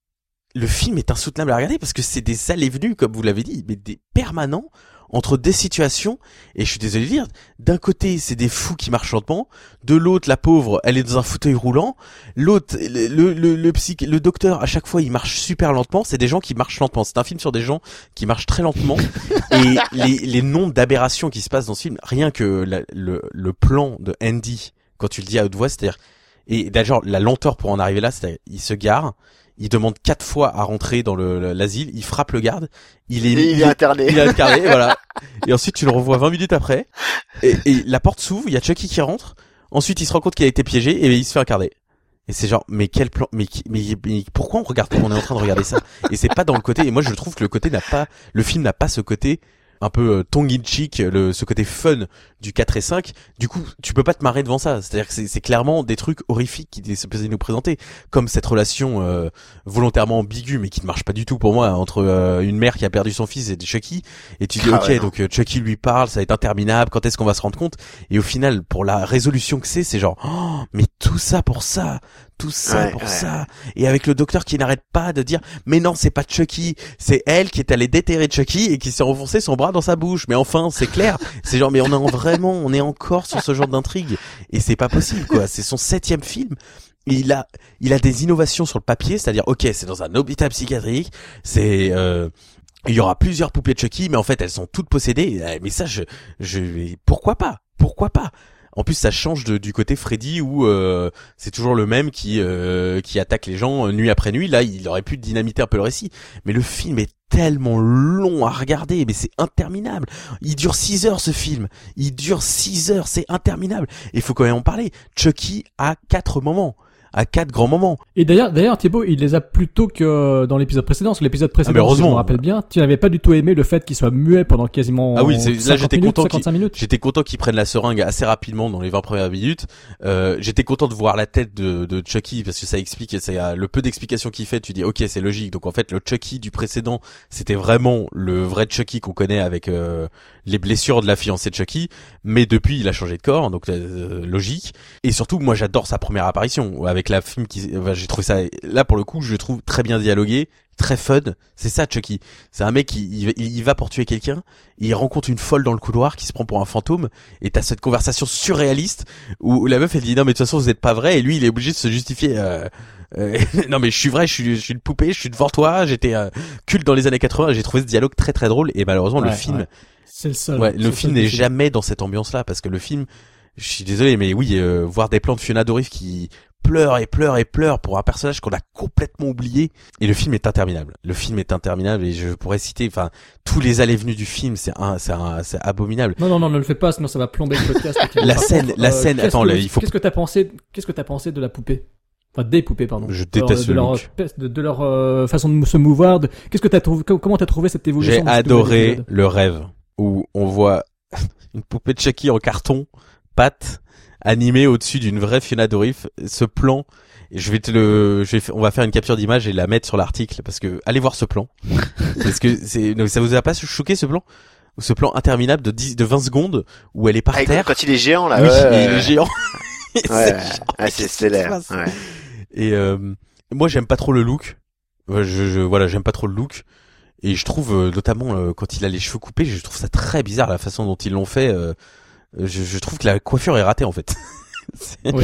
le film est insoutenable à regarder parce que c'est des allées-venues, comme vous l'avez dit, mais des permanents entre des situations, et je suis désolé de dire, d'un côté c'est des fous qui marchent lentement, de l'autre la pauvre elle est dans un fauteuil roulant, l'autre le le le, le, psych, le docteur à chaque fois il marche super lentement, c'est des gens qui marchent lentement, c'est un film sur des gens qui marchent très lentement, et les les nombres d'aberrations qui se passent dans ce film, rien que la, le le plan de Andy quand tu le dis à haute voix, c'est-à-dire, et d'ailleurs la lenteur pour en arriver là, c'est-à-dire il se gare, il demande quatre fois à rentrer dans le, l'asile, il frappe le garde, il est, et il est interné. Il est interné, voilà. Et ensuite, tu le revois vingt minutes après, et, et la porte s'ouvre, il y a Chucky qui rentre, ensuite il se rend compte qu'il a été piégé, et il se fait incarner. Et c'est genre, mais quel plan, mais, mais, mais pourquoi on regarde, on est en train de regarder ça? Et c'est pas dans le côté, et moi je trouve que le côté n'a pas, le film n'a pas ce côté, un peu euh, tongue in cheek, le, ce côté fun du quatre et cinq, du coup tu peux pas te marrer devant ça, c'est-à-dire que c'est, c'est clairement des trucs horrifiques qui se faisaient nous présenter, comme cette relation euh, volontairement ambiguë mais qui ne marche pas du tout pour moi, entre euh, une mère qui a perdu son fils et Chucky, et tu dis ah ok ouais, donc euh, Chucky lui parle, ça va être interminable, quand est-ce qu'on va se rendre compte, et au final pour la résolution que c'est, c'est genre oh, mais tout ça pour ça, tout ça ouais, pour ouais. ça, et avec le docteur qui n'arrête pas de dire mais non c'est pas Chucky, c'est elle qui est allée déterrer Chucky et qui s'est enfoncé son bras dans sa bouche, mais enfin c'est clair, c'est genre mais on est en vraiment, on est encore sur ce genre d'intrigue, et c'est pas possible quoi, c'est son septième film, et il a il a des innovations sur le papier, c'est-à-dire ok c'est dans un hôpital psychiatrique, c'est euh, il y aura plusieurs poupées de Chucky, mais en fait elles sont toutes possédées, mais ça je je pourquoi pas, pourquoi pas. En plus, ça change de, du côté Freddy où euh, c'est toujours le même qui euh, qui attaque les gens nuit après nuit. Là, il aurait pu dynamiter un peu le récit. Mais le film est tellement long à regarder, mais c'est interminable. Il dure six heures ce film. Il dure six heures, c'est interminable. Et il faut quand même en parler. Chucky a quatre moments. À quatre grands moments. Et d'ailleurs, d'ailleurs, Thibaut, il les a plus tôt que dans l'épisode précédent. Sur l'épisode précédent, ah si je me rappelle bien, tu n'avais pas du tout aimé le fait qu'il soit muet pendant quasiment ah oui, c'est, là j'étais minutes, content qu'il, minutes. J'étais content qu'il prenne la seringue assez rapidement dans les vingt premières minutes. Euh, j'étais content de voir la tête de, de Chucky parce que ça explique, c'est le peu d'explications qu'il fait. Tu dis ok, c'est logique. Donc en fait, le Chucky du précédent, c'était vraiment le vrai Chucky qu'on connaît avec euh, les blessures de la fiancée de Chucky. Mais depuis, il a changé de corps, donc euh, logique. Et surtout, moi, j'adore sa première apparition avec la film qui. Enfin, j'ai trouvé ça là pour le coup, je le trouve très bien dialogué, très fun. C'est ça Chucky. C'est un mec qui il, il va pour tuer quelqu'un, il rencontre une folle dans le couloir qui se prend pour un fantôme, et t'as cette conversation surréaliste où la meuf elle dit non mais de toute façon vous êtes pas vrai, et lui il est obligé de se justifier. Euh, euh, non mais je suis vrai, je suis, je suis une poupée, je suis devant toi, j'étais euh, culte dans les années quatre-vingts. J'ai trouvé ce dialogue très très drôle, et malheureusement ouais, le film, ouais. c'est le seul. Ouais, c'est le film n'est jamais dans cette ambiance-là parce que le film, je suis désolé mais oui, euh, voir des plans de Fiona Dourif qui pleure et pleure et pleure pour un personnage qu'on a complètement oublié, et le film est interminable. Le film est interminable et je pourrais citer, enfin, tous les allées-venues du film, c'est un, c'est un, c'est abominable. Non, non, non, ne le fais pas, sinon ça va plomber le podcast. la Par scène, contre, la euh, scène, attends, que, là, il faut. Qu'est-ce que t'as pensé, qu'est-ce que t'as pensé de la poupée? Enfin, des poupées, pardon. Je déteste Alors, de, le leur, de, de leur euh, façon de se mouvoir. De... Qu'est-ce que t'as trouvé, comment t'as trouvé cette évolution? J'ai adoré le rêve où on voit une poupée de Chucky en carton, pâte, animée au-dessus d'une vraie Fiona Dourif. Ce plan, je vais te le, je vais, on va faire une capture d'image et la mettre sur l'article parce que allez voir ce plan. Parce que c'est, ça vous a pas choqué ce plan? Ce plan interminable de dix, de vingt secondes où elle est par ah, terre. Quand il est géant là. Oui, ouais, il est géant. ouais, c'est, ah, c'est stellaire. Ouais. Et euh, moi j'aime pas trop le look. Je, je voilà, j'aime pas trop le look. Et je trouve euh, notamment euh, quand il a les cheveux coupés, je trouve ça très bizarre la façon dont ils l'ont fait. Euh, je, je trouve que la coiffure est ratée en fait. Oui.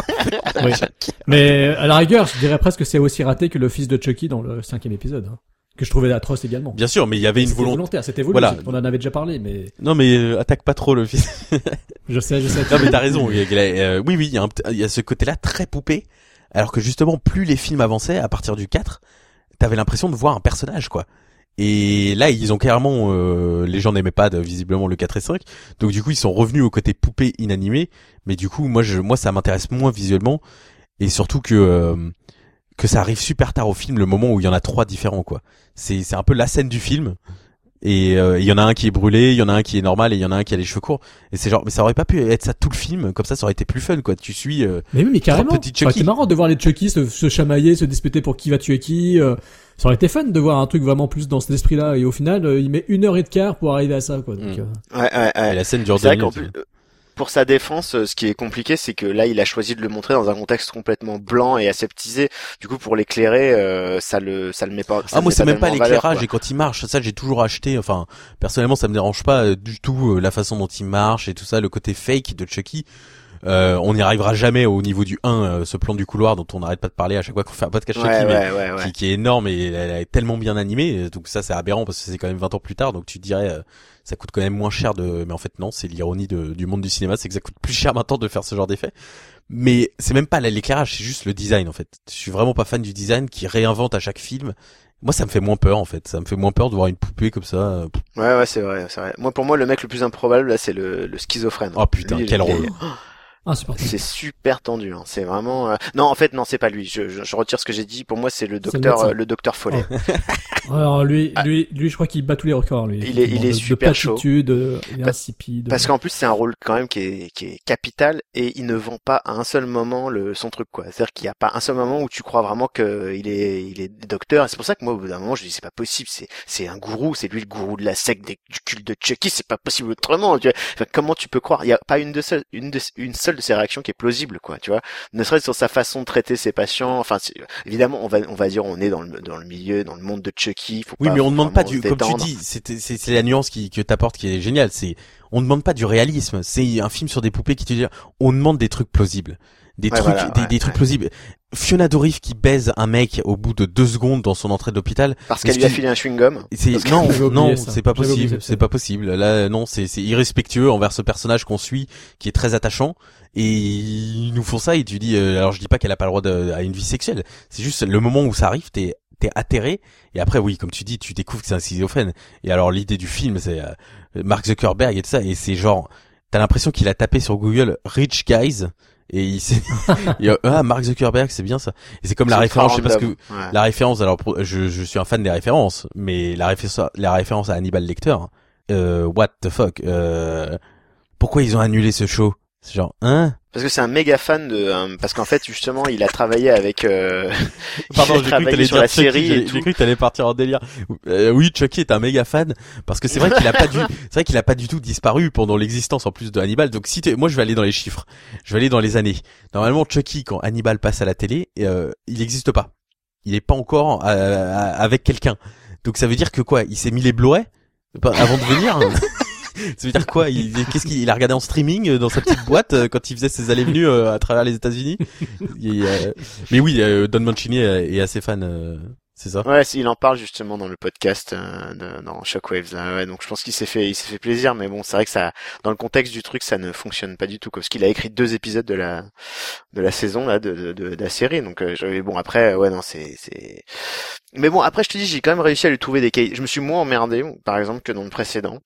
oui. Mais à la rigueur, je dirais presque que c'est aussi raté que le fils de Chucky dans le cinquième épisode, hein, que je trouvais atroce également. Bien sûr, mais il y avait une volonté volontaire, c'était voulu. Voilà. On en avait déjà parlé, mais non, mais euh, attaque pas trop le fils. je sais, je sais. Non, mais t'as raison. Il y a, euh, oui, oui, il y a, un, il y a ce côté-là très poupé, alors que justement, plus les films avançaient, à partir du quatre, t'avais l'impression de voir un personnage, quoi. Et là, ils ont clairement, euh, les gens n'aimaient pas de, visiblement le quatre et cinq, donc du coup, ils sont revenus au côté poupée inanimée. Mais du coup, moi, je, moi, ça m'intéresse moins visuellement, et surtout que euh, que ça arrive super tard au film, le moment où il y en a trois différents, quoi. C'est, c'est un peu la scène du film. Et il euh, y en a un qui est brûlé, il y en a un qui est normal et il y en a un qui a les cheveux courts. Et c'est genre, mais ça aurait pas pu être ça tout le film, comme ça, ça aurait été plus fun, quoi. Tu suis. Euh, mais oui, mais carrément. Ça aurait été marrant de voir les Chucky se, se chamailler, se disputer pour qui va tuer qui. Euh, ça aurait été fun de voir un truc vraiment plus dans cet esprit-là. Et au final, euh, il met une heure et quart pour arriver à ça, quoi. Donc, mmh. euh... ouais, ouais, ouais. Et la scène dure deux minutes. Pour sa défense, ce qui est compliqué, c'est que là, il a choisi de le montrer dans un contexte complètement blanc et aseptisé. Du coup, pour l'éclairer, euh, ça le, ça le met pas. Ça ah moi, c'est même pas l'éclairage. valeur, et quand il marche, ça, j'ai toujours acheté. Enfin, personnellement, ça me dérange pas euh, du tout euh, la façon dont il marche et tout ça, le côté fake de Chucky. Euh, on n'y arrivera jamais au niveau du un, euh, ce plan du couloir dont on n'arrête pas de parler à chaque fois qu'on fait un podcast ouais, Chucky, ouais, mais ouais, ouais. Qui, qui est énorme et elle est tellement bien animée. Donc ça, c'est aberrant parce que c'est quand même vingt ans plus tard. Donc tu te dirais, euh, ça coûte quand même moins cher de, mais en fait non, c'est l'ironie de, du monde du cinéma, c'est que ça coûte plus cher maintenant de faire ce genre d'effet. Mais c'est même pas l'éclairage, c'est juste le design en fait. Je suis vraiment pas fan du design qui réinvente à chaque film. Moi, ça me fait moins peur en fait. Ça me fait moins peur de voir une poupée comme ça. Ouais, ouais, c'est vrai, c'est vrai. Moi, pour moi, le mec le plus improbable là, c'est le, le schizophrène. Oh putain, lui, quel rôle. Est... Ah, c'est super tendu, hein. C'est vraiment. Euh... Non, en fait, non, c'est pas lui. Je, je, je retire ce que j'ai dit. Pour moi, c'est le docteur, le, euh, le docteur Follet. Oh. Alors lui, lui, lui, je crois qu'il bat tous les records. Lui. Il est, il est de, super de chaud. De il est insipide. Parce qu'en plus, c'est un rôle quand même qui est, qui est capital et il ne vend pas à un seul moment le son truc, quoi. C'est-à-dire qu'il n'y a pas un seul moment où tu crois vraiment que il est, il est docteur. Et c'est pour ça que moi, au bout d'un moment, je dis c'est pas possible. C'est, c'est un gourou. C'est lui le gourou de la secte des, du culte de Chucky. C'est pas possible autrement. Tu vois. Enfin, comment tu peux croire? Il y a pas une de seule, une de, une seule de ces réactions qui est plausible, quoi, tu vois. Ne serait-ce sur sa façon de traiter ses patients. Enfin, évidemment, on va, on va dire, on est dans le, dans le milieu, dans le monde de Chucky. Faut oui, pas, mais on ne demande pas du, comme détendre. tu dis, c'est, c'est, c'est la nuance qui, que t'apportes qui est géniale. C'est, on ne demande pas du réalisme. C'est un film sur des poupées qui te dit, on demande des trucs plausibles. Des ouais, trucs, voilà, des, ouais, des trucs ouais. plausibles. Fiona Dourif qui baise un mec au bout de deux secondes dans son entrée d'hôpital. Parce qu'elle lui a filé un chewing-gum. C'est, Parce non, que... non, ça. c'est pas J'avais possible. C'est pas possible. Là, non, c'est, c'est irrespectueux envers ce personnage qu'on suit, qui est très attachant. Et ils nous font ça et tu dis, euh, alors je dis pas qu'elle a pas le droit de, à une vie sexuelle. C'est juste le moment où ça arrive, t'es, t'es atterré. Et après, oui, comme tu dis, tu découvres que c'est un schizophrène. Et alors, l'idée du film, c'est euh, Mark Zuckerberg et tout ça. Et c'est genre, t'as l'impression qu'il a tapé sur Google Rich Guys. Et il s'est, il a, ah, Mark Zuckerberg, c'est bien ça. Et c'est comme c'est la référence, je sais pas ce que, ouais. la référence, alors, je, je suis un fan des références, mais la référence, la référence à Hannibal Lecter, euh, what the fuck, euh, pourquoi ils ont annulé ce show? C'est genre, hein? Parce que c'est un méga fan de, euh, parce qu'en fait, justement, il a travaillé avec, euh, Pardon, il a j'ai cru que t'allais sur dire la Chucky, série j'ai, et tout. j'ai cru que t'allais partir en délire. Euh, oui, Chucky est un méga fan, parce que c'est vrai qu'il a pas du, c'est vrai qu'il a pas du tout disparu pendant l'existence en plus de Hannibal. Donc si t'es, moi je vais aller dans les chiffres. Je vais aller dans les années. Normalement, Chucky, quand Hannibal passe à la télé, euh, il n'existe pas. Il est pas encore, euh, avec quelqu'un. Donc ça veut dire que quoi? Il s'est mis les Blu-ray avant de venir? Ça veut dire quoi? Il, qu'est-ce qu'il il a regardé en streaming dans sa petite boîte euh, quand il faisait ses allées-venues euh, à travers les États-Unis? Et, euh, mais oui, euh, Don Mancini est assez fan, euh, c'est ça? Ouais, il en parle justement dans le podcast euh, de, dans Shockwaves. Là, ouais, donc je pense qu'il s'est fait, il s'est fait plaisir, mais bon, c'est vrai que ça, dans le contexte du truc, ça ne fonctionne pas du tout, quoi, parce qu'il a écrit deux épisodes de la de la saison là, de de, de, de la série. Donc euh, bon, après, ouais, non, c'est c'est. Mais bon, après, je te dis, j'ai quand même réussi à lui trouver des cahiers. Je me suis moins emmerdé, par exemple, que dans le précédent.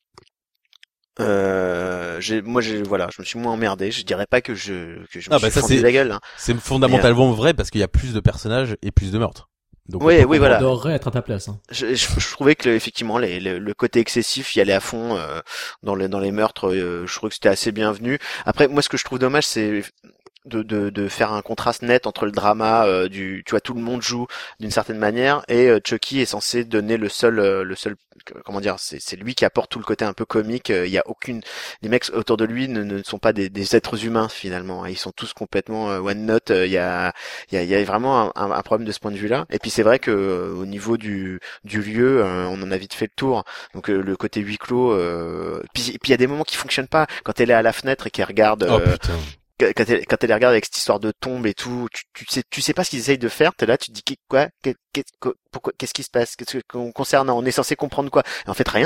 Euh, j'ai, moi, j'ai, voilà, je me suis moins emmerdé. Je dirais pas que je, que je me ah suis bah ça fendu c'est, la gueule. Hein. C'est fondamentalement mais, euh... vrai parce qu'il y a plus de personnages et plus de meurtres. Donc, oui, oui, voilà. On adorerait être à ta place. Hein. Je, je, je trouvais que effectivement, les, le, le côté excessif y allait à fond euh, dans les dans les meurtres. Euh, je trouvais que c'était assez bienvenu. Après, moi, ce que je trouve dommage, c'est de, de, de faire un contraste net entre le drama euh, du, tu vois, tout le monde joue d'une certaine manière et euh, Chucky est censé donner le seul, euh, le seul, comment dire, c'est, c'est lui qui apporte tout le côté un peu comique. Il euh, y a aucune, les mecs autour de lui ne, ne sont pas des, des êtres humains finalement. Ils sont tous complètement euh, one note. Il euh, y a, il y a, il y a vraiment un, un problème de ce point de vue-là. Et puis c'est vrai que euh, au niveau du, du lieu, euh, on en a vite fait le tour. Donc euh, le côté huis clos. Euh, puis il y a des moments qui fonctionnent pas quand elle est à la fenêtre et qu'elle regarde. Euh, oh putain. Quand elle, quand elle les regarde avec cette histoire de tombe et tout, tu, tu sais, tu sais pas ce qu'ils essayent de faire. T'es là, tu te dis quoi, qu'est, qu'est, pourquoi, qu'est-ce qui se passe, qu'est-ce que concernant, on est censé comprendre quoi. Et en fait, rien.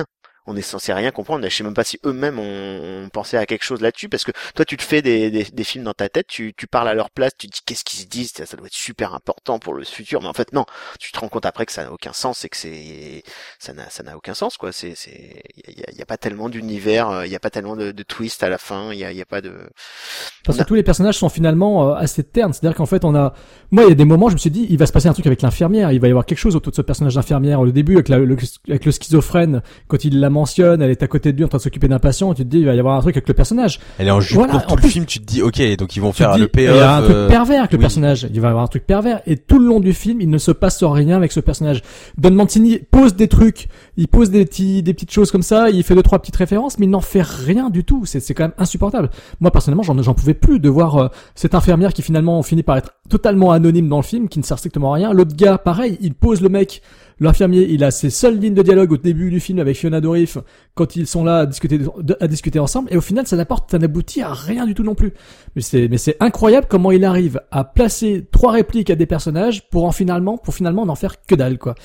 on est censé rien comprendre. Je sais même pas si eux-mêmes ont, ont pensé à quelque chose là-dessus, parce que toi, tu te fais des, des, des films dans ta tête, tu, tu parles à leur place, tu te dis qu'est-ce qu'ils se disent, ça, ça doit être super important pour le futur, mais en fait non, tu te rends compte après que ça n'a aucun sens et que c'est, ça n'a, ça n'a aucun sens quoi. C'est, c'est, il y a, y a pas tellement d'univers, il y a pas tellement de, de twist à la fin, il y a, y a pas de. Parce que tous les personnages sont finalement euh, assez ternes, c'est-à-dire qu'en fait on a, moi il y a des moments je me suis dit il va se passer un truc avec l'infirmière, il va y avoir quelque chose autour de ce personnage d'infirmière au début avec, la, le, avec le schizophrène, quand il la mentionne, elle est à côté de lui en train de s'occuper d'un patient, et tu te dis il va y avoir un truc avec le personnage. Elle est en jupe voilà, tout le plus, film, tu te dis ok donc ils vont faire dis, le payoff. Il y a un truc euh... pervers avec le oui. personnage, il va y avoir un truc pervers et tout le long du film il ne se passe rien avec ce personnage. Don Mancini pose des trucs, il pose des petits, des petites choses comme ça, il fait deux trois petites références mais il n'en fait rien du tout, c'est, c'est quand même insupportable. Moi personnellement j'en, j'en pouvais plus de voir euh, cette infirmière qui finalement finit par être totalement anonyme dans le film, qui ne sert strictement à rien. L'autre gars pareil, il pose le mec, l'infirmier, il a ses seules lignes de dialogue au début du film avec Fiona Dourif quand ils sont là à discuter, à discuter ensemble, et au final ça n'apporte, ça n'aboutit à rien du tout non plus. Mais c'est, mais c'est incroyable comment il arrive à placer trois répliques à des personnages pour en finalement, pour finalement n'en faire que dalle quoi.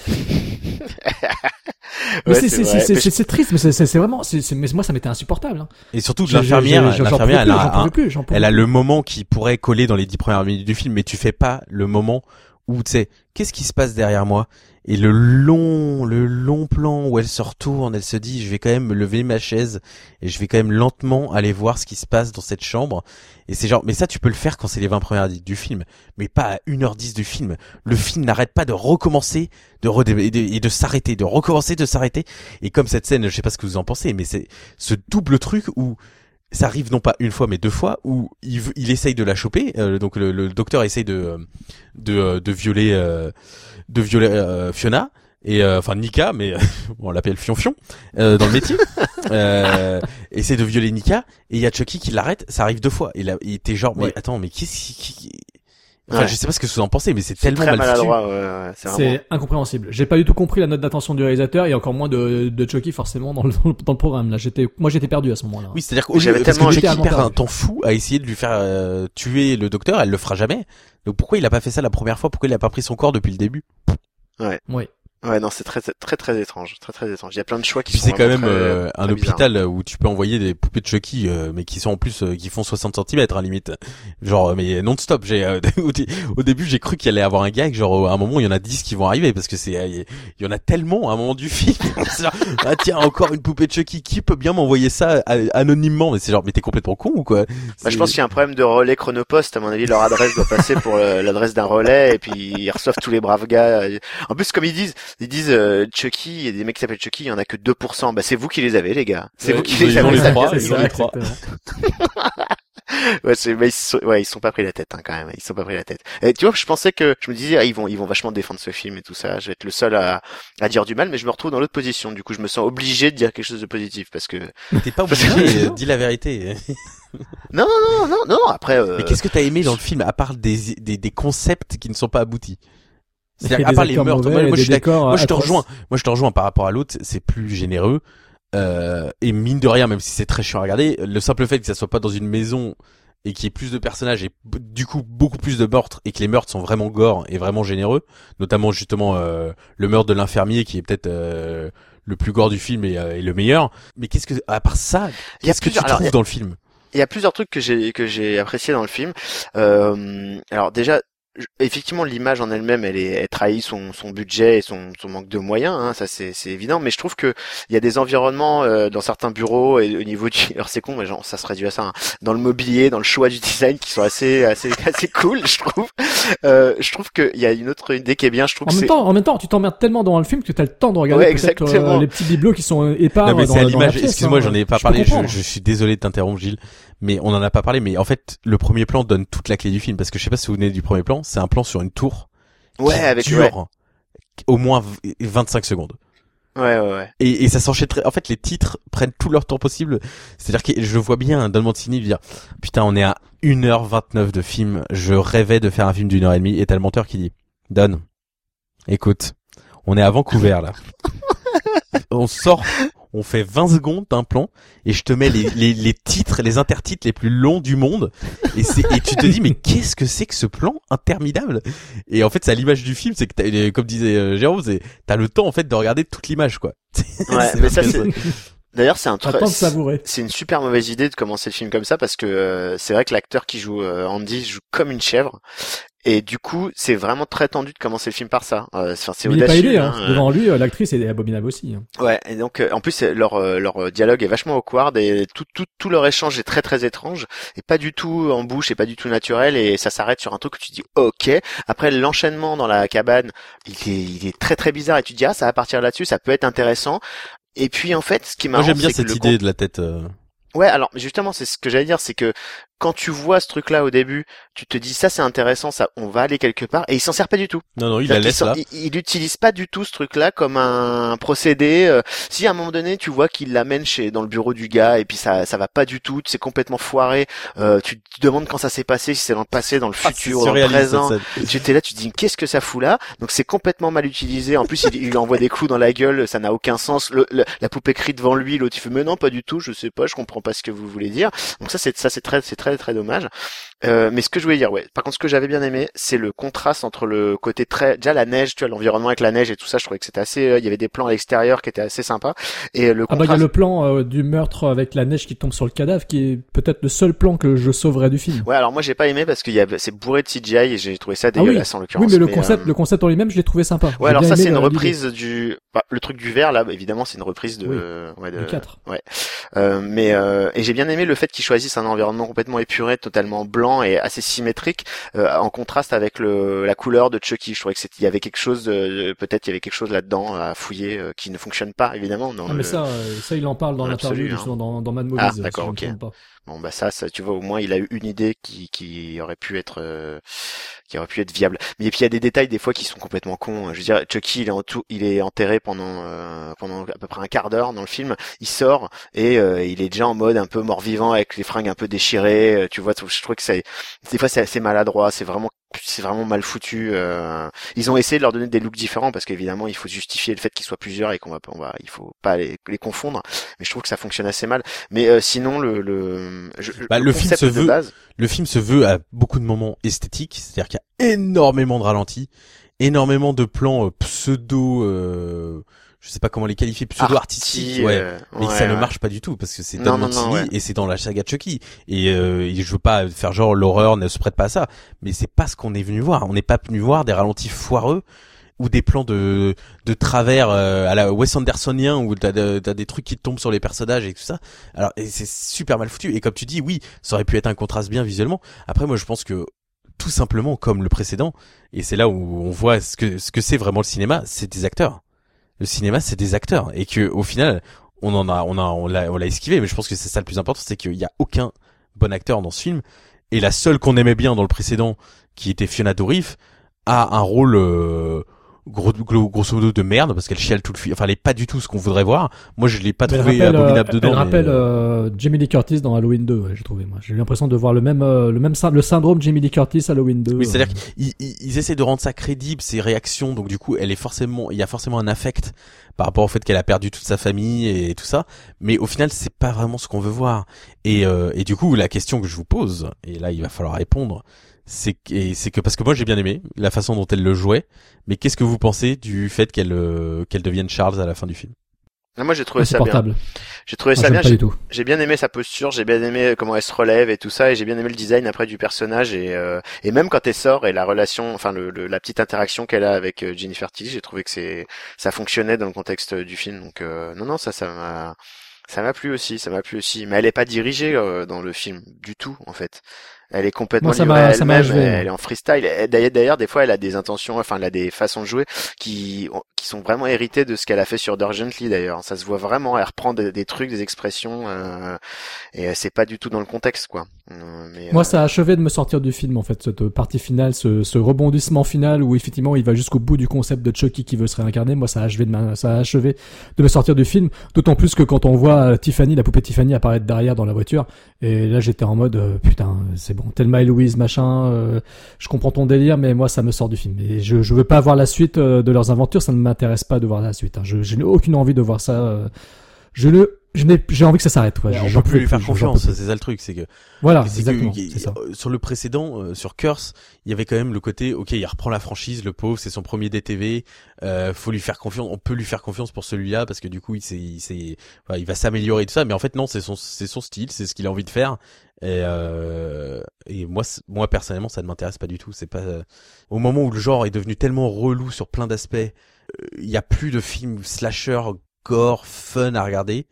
Mais ouais, c'est, c'est, c'est, c'est, c'est, c'est triste, mais c'est, c'est, c'est vraiment, c'est, c'est, mais moi ça m'était insupportable. Hein. Et surtout que l'infirmière, je, je, je, l'infirmière, elle, plus, a, un, plus, elle a le moment qui pourrait coller dans les dix premières minutes du film, mais tu fais pas le moment où tu sais, qu'est-ce qui se passe derrière moi? Et le long, le long plan où elle se retourne, elle se dit, je vais quand même me lever ma chaise et je vais quand même lentement aller voir ce qui se passe dans cette chambre. Et c'est genre, mais ça, tu peux le faire quand c'est les vingt premières minutes du film, mais pas à une heure dix du film. Le film n'arrête pas de recommencer, de redé- et, de, et de s'arrêter, de recommencer, de s'arrêter. Et comme cette scène, je sais pas ce que vous en pensez, mais c'est ce double truc où ça arrive non pas une fois mais deux fois où il, il essaye de la choper, euh, donc le, le docteur essaye de de, de violer euh, de violer euh, Fiona et euh, enfin Nika, mais bon, on l'appelle Fion-Fion euh, dans le métier, euh, essaie de violer Nika et il y a Chucky qui l'arrête. Ça arrive deux fois et là il était genre mais ouais. attends mais qu'est-ce qui, qui... Enfin, ouais. je sais pas ce que vous en pensez, mais c'est, c'est tellement très mal foutu. Ouais, ouais, c'est, c'est vraiment... incompréhensible. J'ai pas du tout compris la note d'attention du réalisateur et encore moins de, de Chucky forcément dans le, dans le programme. Là, j'étais, moi, j'étais perdu à ce moment-là. Oui, c'est-à-dire que Chucky perd un temps fou à essayer de lui faire euh, tuer le docteur. Elle le fera jamais. Donc pourquoi il a pas fait ça la première fois? Pourquoi il a pas pris son corps depuis le début? Ouais. Oui. Ouais, non, c'est très, très, très étrange, très, très étrange. Il y a plein de choix qui Puis sont. C'est quand même très, euh, un très hôpital bizarre. Où tu peux envoyer des poupées de Chucky, euh, mais qui sont en plus, euh, qui font soixante centimètres à limite. Genre, mais non-stop. J'ai euh, au début, j'ai cru qu'il allait avoir un gag. Genre, à un moment, il y en a dix qui vont arriver parce que c'est, il y en a tellement à un moment du film. Genre, ah tiens, encore une poupée de Chucky. Qui peut bien m'envoyer ça anonymement? Mais c'est genre, mais t'es complètement con ou quoi? Bah, je pense qu'il y a un problème de relais Chronopost. À mon avis, leur adresse doit passer pour euh, l'adresse d'un relais et puis ils reçoivent tous les braves gars. En plus, comme ils disent, ils disent. Euh, Chucky, il y a des mecs qui s'appellent Chucky, il y en a que deux pour cent. Bah, c'est vous qui les avez, les gars. C'est ouais, vous qui les avez. Les trois, ils ont les trois. ouais, c'est, mais ils sont, ouais, ils sont pas pris la tête, hein, quand même. Ils sont pas pris la tête. Et tu vois, je pensais que, je me disais, ah, ils vont, ils vont vachement défendre ce film et tout ça. Je vais être le seul à, à dire du mal, mais je me retrouve dans l'autre position. Du coup, je me sens obligé de dire quelque chose de positif parce que. T'es pas obligé, dis la vérité. non, non, non, non, non, après, euh... Mais qu'est-ce que t'as aimé dans le film, à part des, des, des concepts qui ne sont pas aboutis? C'est-à-dire, à part les meurtres, moi, moi je suis d'accord. Moi, je te rejoins. Moi, je te rejoins par rapport à l'autre. C'est plus généreux. Euh, et mine de rien, même si c'est très chiant à regarder, le simple fait que ça soit pas dans une maison et qu'il y ait plus de personnages et du coup beaucoup plus de meurtres et que les meurtres sont vraiment gore et vraiment généreux, notamment justement euh, le meurtre de l'infirmier qui est peut-être euh, le plus gore du film et, euh, et le meilleur. Mais qu'est-ce que, à part ça, qu'est-ce que tu trouves alors, dans le film? Il y a plusieurs trucs que j'ai que j'ai apprécié dans le film. Euh, alors déjà. Effectivement, l'image en elle-même, elle est, elle trahit son, son budget et son, son manque de moyens, hein, ça c'est, c'est évident. Mais je trouve que il y a des environnements euh, dans certains bureaux et au niveau du, alors c'est con, mais genre ça se réduit à ça, hein, dans le mobilier, dans le choix du design, qui sont assez, assez, assez cool, je trouve. Euh, je trouve qu'il y a une autre idée qui est bien. Je trouve. En que même c'est... temps, en même temps, tu t'emmerdes tellement dans le film que t'as le temps de regarder ouais, peut-être euh, les petits bibelots qui sont épars. Non mais dans, c'est à dans l'image. pièce, Excuse-moi, hein, j'en ai pas je parlé. Je, je suis désolé de t'interrompre, Gilles. Mais on en a pas parlé, mais en fait, le premier plan donne toute la clé du film, parce que je sais pas si vous vous souvenez du premier plan, c'est un plan sur une tour. Ouais, avec dure ouais. au moins vingt-cinq secondes. Ouais, ouais, ouais. Et, et ça s'enchaîne très, en fait, les titres prennent tout leur temps possible. C'est-à-dire que je vois bien Don Mancini dire, putain, on est à une heure vingt-neuf de film, je rêvais de faire un film d'une heure et demie, et t'as le monteur qui dit, Don, écoute, on est à Vancouver, là. on sort, on fait vingt secondes d'un plan et je te mets les, les, les titres, les intertitres les plus longs du monde et c'est, et tu te dis, mais qu'est-ce que c'est que ce plan interminable? Et en fait, c'est à l'image du film, c'est que t'as, comme disait euh, Jérôme, c'est, t'as le temps, en fait, de regarder toute l'image, quoi. Ouais, mais ça, c'est, d'ailleurs, c'est un truc, c'est une super mauvaise idée de commencer le film comme ça parce que euh, c'est vrai que l'acteur qui joue euh, Andy joue comme une chèvre. Et du coup, c'est vraiment très tendu de commencer le film par ça. Euh, enfin, c'est mais audacieux. Il est pas aidé, hein. hein. Devant lui, l'actrice est abominable aussi. Hein. Ouais. Et donc, euh, en plus, leur leur dialogue est vachement awkward et tout tout tout leur échange est très très étrange et pas du tout en bouche et pas du tout naturel et ça s'arrête sur un truc que tu dis ok. Après, l'enchaînement dans la cabane, il est il est très très bizarre et tu te dis ah ça va partir là-dessus, ça peut être intéressant. Et puis en fait, ce qui est marrant, moi j'aime bien c'est cette que idée le... de la tête. Euh... Ouais, alors justement, c'est ce que j'allais dire, c'est que quand tu vois ce truc-là au début, tu te dis ça c'est intéressant, ça, on va aller quelque part, et il s'en sert pas du tout. Non, non, il la laisse là. Il, il utilise pas du tout ce truc-là comme un procédé. Euh, si à un moment donné, tu vois qu'il l'amène chez dans le bureau du gars, et puis ça, ça va pas du tout, c'est complètement foiré. Euh, tu te demandes quand ça s'est passé, si c'est dans le passé, dans le futur, ah, dans le présent. Tu t'es là, tu te dis qu'est-ce que ça fout là. Donc c'est complètement mal utilisé. En plus, il, il lui envoie des clous dans la gueule, ça n'a aucun sens. Le, le, la poupée crie devant lui, l'autre il fait mais non pas du tout, je sais pas, je comprends pas ce que vous voulez dire. Donc ça c'est ça c'est très c'est très très dommage. Euh, mais ce que je voulais dire, ouais. Par contre, ce que j'avais bien aimé, c'est le contraste entre le côté très, déjà la neige, tu vois, l'environnement avec la neige et tout ça. Je trouvais que c'était assez. Euh, il y avait des plans à l'extérieur qui étaient assez sympas. Et le ah contraste. bah il y a le plan euh, du meurtre avec la neige qui tombe sur le cadavre, qui est peut-être le seul plan que je sauverais du film. Ouais, alors moi j'ai pas aimé parce qu'il y a, c'est bourré de C G I et j'ai trouvé ça dégueulasse ah oui. en l'occurrence. Oui, mais le mais, concept, euh... le concept en lui-même, je l'ai trouvé sympa. Ouais, alors ça c'est une reprise l'idée. du, bah, le truc du verre là, évidemment c'est une reprise de, oui. ouais, de, du quatre. Ouais. Euh, mais euh, et j'ai bien aimé le fait qu'ils choisissent un environnement complètement épuré, totalement blanc et assez symétrique, euh, en contraste avec le la couleur de Chucky. Je trouvais que c'était, il y avait quelque chose, de, peut-être il y avait quelque chose là-dedans à fouiller euh, qui ne fonctionne pas évidemment. Dans ah le, mais ça, euh, ça il en parle dans l'interview, justement, dans dans Mad Movies. Ah d'accord, ok. Bon bah ça, ça, tu vois, au moins il a eu une idée qui qui aurait pu être euh, qui aurait pu être viable. Mais et puis il y a des détails des fois qui sont complètement cons. Je veux dire, Chucky il est en tout, il est enterré pendant euh, pendant à peu près un quart d'heure dans le film. Il sort et euh, il est déjà en mode un peu mort-vivant avec les fringues un peu déchirées. Tu vois, je trouve que c'est des fois c'est assez maladroit. C'est vraiment c'est vraiment mal foutu. Euh, ils ont essayé de leur donner des looks différents parce qu'évidemment il faut justifier le fait qu'ils soient plusieurs et qu'on va, on va, il faut pas les, les confondre. Mais je trouve que ça fonctionne assez mal. Mais euh, sinon le, le, je, bah, le, le film se veut, base... le film se veut à beaucoup de moments esthétiques, c'est-à-dire qu'il y a énormément de ralentis, énormément de plans euh, pseudo. Euh, je sais pas comment les qualifier, pseudo artistiques, ouais, euh, mais ouais, ça ouais. ne marche pas du tout parce que c'est Don Mancini ouais. et c'est dans la saga Chucky et euh, je veux pas faire genre l'horreur ne se prête pas à ça, mais c'est pas ce qu'on est venu voir. On n'est pas venu voir des ralentis foireux ou des plans de de travers euh, à la Wes Andersonien où t'as, de, t'as des trucs qui tombent sur les personnages et tout ça. Alors et c'est super mal foutu et comme tu dis, oui, ça aurait pu être un contraste bien visuellement. Après moi je pense que tout simplement comme le précédent et c'est là où on voit ce que ce que c'est vraiment le cinéma, c'est des acteurs. Le cinéma c'est des acteurs et que au final on en a on a on l'a on l'a esquivé, mais je pense que c'est ça le plus important, c'est qu'il y a aucun bon acteur dans ce film et la seule qu'on aimait bien dans le précédent qui était Fiona Dourif a un rôle euh, gros, gros grosso modo de merde parce qu'elle chiale tout le film, enfin elle est pas du tout ce qu'on voudrait voir. Moi je l'ai pas mais trouvé rappelle, abominable euh, dedans. Elle rappelle mais... euh, Jamie Lee Curtis dans Halloween deux, ouais, j'ai trouvé moi. J'ai eu l'impression de voir le même euh, le même le syndrome Jamie Lee Curtis Halloween deux. Oui, c'est-à-dire qu'ils ils, ils essaient de rendre ça crédible ses réactions, donc du coup, elle est forcément il y a forcément un affect par rapport au fait qu'elle a perdu toute sa famille et tout ça, mais au final, c'est pas vraiment ce qu'on veut voir. Et euh, et du coup, la question que je vous pose et là, il va falloir répondre. C'est et c'est que parce que moi j'ai bien aimé la façon dont elle le jouait, mais qu'est-ce que vous pensez du fait qu'elle euh, qu'elle devienne Charles à la fin du film? Moi j'ai trouvé ça bien. J'ai trouvé ça bien. J'ai, j'ai bien aimé sa posture, j'ai bien aimé comment elle se relève et tout ça, et j'ai bien aimé le design après du personnage et euh, et même quand elle sort et la relation, enfin le, le la petite interaction qu'elle a avec euh, Jennifer Tilly, j'ai trouvé que c'est ça fonctionnait dans le contexte du film. Donc euh, non non ça ça m'a ça m'a plu aussi, ça m'a plu aussi. Mais elle est pas dirigée euh, dans le film du tout en fait. Elle est complètement livrée à elle-même, elle, elle est en freestyle. Elle, d'ailleurs, d'ailleurs, des fois, elle a des intentions, enfin, elle a des façons de jouer qui qui sont vraiment héritées de ce qu'elle a fait sur Urgently, d'ailleurs. Ça se voit vraiment, elle reprend des, des trucs, des expressions, euh, et c'est pas du tout dans le contexte, quoi. Mais, Moi, euh... ça a achevé de me sortir du film, en fait, cette partie finale, ce, ce rebondissement final où, effectivement, il va jusqu'au bout du concept de Chucky qui veut se réincarner. Moi, ça a achevé de, ma... ça a achevé de me sortir du film. D'autant plus que quand on voit Tiffany, la poupée Tiffany apparaître derrière dans la voiture, et là, j'étais en mode, euh, putain, c'est bon. Thelma et Louise machin euh, je comprends ton délire mais moi ça me sort du film et je je veux pas voir la suite euh, de leurs aventures, ça ne m'intéresse pas de voir la suite hein. je, je n'ai aucune envie de voir ça euh, je ne je n'ai j'ai envie que ça s'arrête quoi. On J'en peut plus lui plus, faire j'en confiance, peux c'est ça le truc, c'est que voilà, c'est exactement, que, c'est ça. sur le précédent, euh, sur Curse, il y avait quand même le côté, ok, il reprend la franchise, le pauvre, c'est son premier D T V, euh, faut lui faire confiance, on peut lui faire confiance pour celui-là parce que du coup, il s'est, il s'est, enfin, il va s'améliorer et tout ça, mais en fait non, c'est son, c'est son style, c'est ce qu'il a envie de faire. Et, euh, et moi, moi personnellement, ça ne m'intéresse pas du tout. C'est pas euh, au moment où le genre est devenu tellement relou sur plein d'aspects, il euh, y a plus de films slasher, gore, fun à regarder.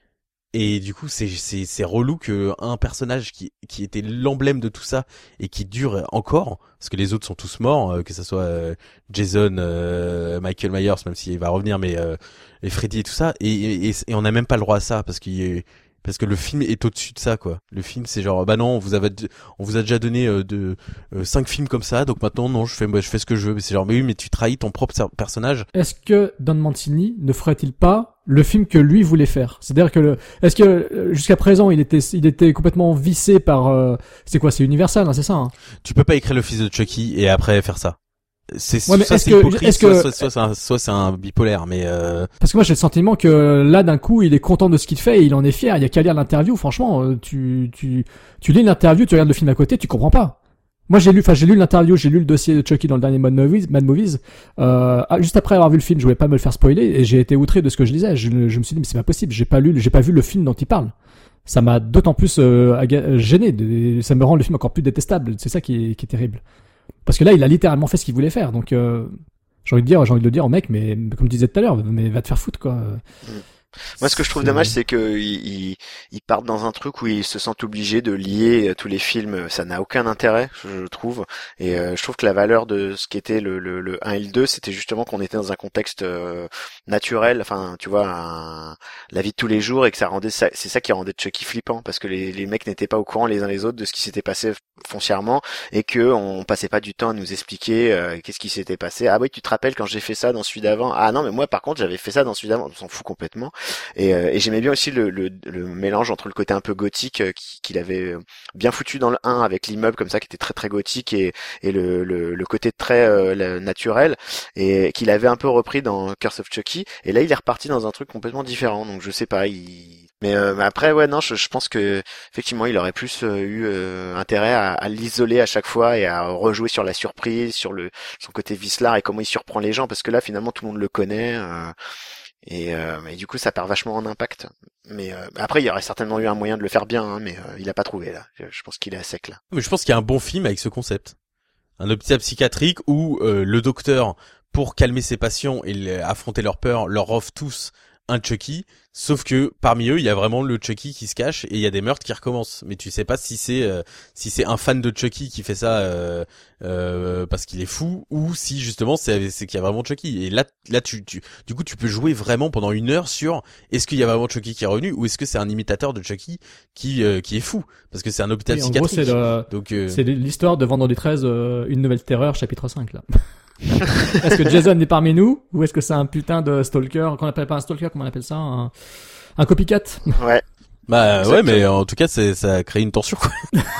Et du coup, c'est c'est c'est relou que un personnage qui qui était l'emblème de tout ça et qui dure encore, parce que les autres sont tous morts, euh, que ça soit euh, Jason, euh, Michael Myers, même s'il va revenir, mais euh, et Freddy et tout ça, et et, et on n'a même pas le droit à ça parce qu'il est parce que le film est au-dessus de ça, quoi. Le film, c'est genre, bah non, on vous a, on vous a déjà donné euh, de euh, cinq films comme ça, donc maintenant, non, je fais, moi, je fais ce que je veux. Mais c'est genre, mais oui, mais tu trahis ton propre personnage. Est-ce que Don Mancini ne ferait-il pas le film que lui voulait faire? C'est-à-dire que, le, est-ce que euh, jusqu'à présent, il était, il était complètement vissé par, euh, c'est quoi, c'est Universal, hein, c'est ça. Hein tu peux pas écrire le fils de Chucky et après faire ça. C'est ouais, mais ça, est-ce c'est que, hypocrite, est-ce soit, que... soit, soit, c'est un, soit c'est un bipolaire, mais euh... parce que moi j'ai le sentiment que là d'un coup il est content de ce qu'il fait et il en est fier. Il y a qu'à lire l'interview. Franchement, tu tu tu lis l'interview, tu regardes le film à côté, tu comprends pas. Moi j'ai lu, enfin j'ai lu l'interview, j'ai lu le dossier de Chucky dans le dernier Mad Movies, Mad Movies. Euh, juste après avoir vu le film, je voulais pas me le faire spoiler et j'ai été outré de ce que je lisais. Je, je me suis dit mais c'est pas possible, j'ai pas lu, j'ai pas vu le film dont il parle. Ça m'a d'autant plus euh, aga- gêné. De, ça me rend le film encore plus détestable. C'est ça qui est, qui est terrible. Parce que là, il a littéralement fait ce qu'il voulait faire. Donc, euh, j'ai envie de dire, j'ai envie de le dire au mec, mais comme je disais tout à l'heure, mais va te faire foutre, quoi. Mmh. Moi, ce que je trouve dommage, c'est que ils, ils partent dans un truc où ils se sentent obligés de lier tous les films. Ça n'a aucun intérêt, je trouve. Et euh, je trouve que la valeur de ce qui était le, le, le un et le deux, c'était justement qu'on était dans un contexte euh, naturel. Enfin, tu vois, un, la vie de tous les jours, et que ça rendait ça, c'est ça qui rendait Chucky flippant, parce que les, les mecs n'étaient pas au courant les uns les autres de ce qui s'était passé foncièrement, et que on passait pas du temps à nous expliquer euh, qu'est-ce qui s'était passé. Ah oui, tu te rappelles quand j'ai fait ça dans celui d'avant? Ah non, mais moi par contre j'avais fait ça dans celui d'avant. On s'en fout complètement. Et, euh, et j'aimais bien aussi le, le, le mélange entre le côté un peu gothique euh, qu'il avait bien foutu dans le un avec l'immeuble comme ça qui était très très gothique et, et le, le, le côté très euh, naturel et qu'il avait un peu repris dans Curse of Chucky. Et là il est reparti dans un truc complètement différent. Donc je sais pas, il... mais euh, après ouais non, je, je pense que effectivement il aurait plus euh, eu euh, intérêt à, à l'isoler à chaque fois et à rejouer sur la surprise, sur le son côté vicelard et comment il surprend les gens, parce que là finalement tout le monde le connaît. Euh, Et, euh, et du coup ça perd vachement en impact, mais euh, après il y aurait certainement eu un moyen de le faire bien, hein, mais euh, il a pas trouvé là. Je, je pense qu'il est à sec là. Mais je pense qu'il y a un bon film avec ce concept, un hôpital psychiatrique où euh, le docteur, pour calmer ses patients et affronter leur peur, leur offre tous un Chucky, sauf que parmi eux il y a vraiment le Chucky qui se cache et il y a des meurtres qui recommencent, mais tu sais pas si c'est euh, si c'est un fan de Chucky qui fait ça euh, euh, parce qu'il est fou, ou si justement c'est c'est qu'il y a vraiment Chucky. Et là là tu tu du coup tu peux jouer vraiment pendant une heure sur est-ce qu'il y a vraiment Chucky qui est revenu ou est-ce que c'est un imitateur de Chucky qui euh, qui est fou, parce que c'est un hôpital oui, psychiatrique. En gros, c'est le, donc euh... c'est l'histoire de Vendredi treize, euh, une nouvelle terreur chapitre cinq là. Est-ce que Jason est parmi nous ou est-ce que c'est un putain de stalker, qu'on appelle pas un stalker, comment on appelle ça, un, un copycat? Ouais. Bah Exactement. Ouais, mais en tout cas c'est ça a créé une tension quoi.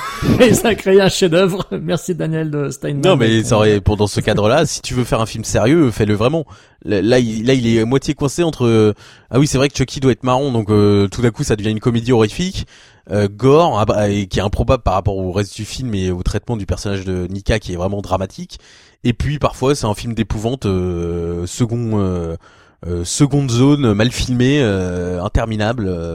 Et ça a créé un chef-d'œuvre. Merci Daniel de Steinman. Non mais ça aurait, pour dans ce cadre-là, si tu veux faire un film sérieux, fais-le vraiment. Là il, là il est moitié coincé entre euh, ah oui c'est vrai que Chucky doit être marron, donc euh, tout d'un coup ça devient une comédie horrifique, euh, gore, et qui est improbable par rapport au reste du film et au traitement du personnage de Nika qui est vraiment dramatique. Et puis parfois c'est un film d'épouvante euh, second euh, euh, seconde zone, mal filmé, euh, interminable. Euh,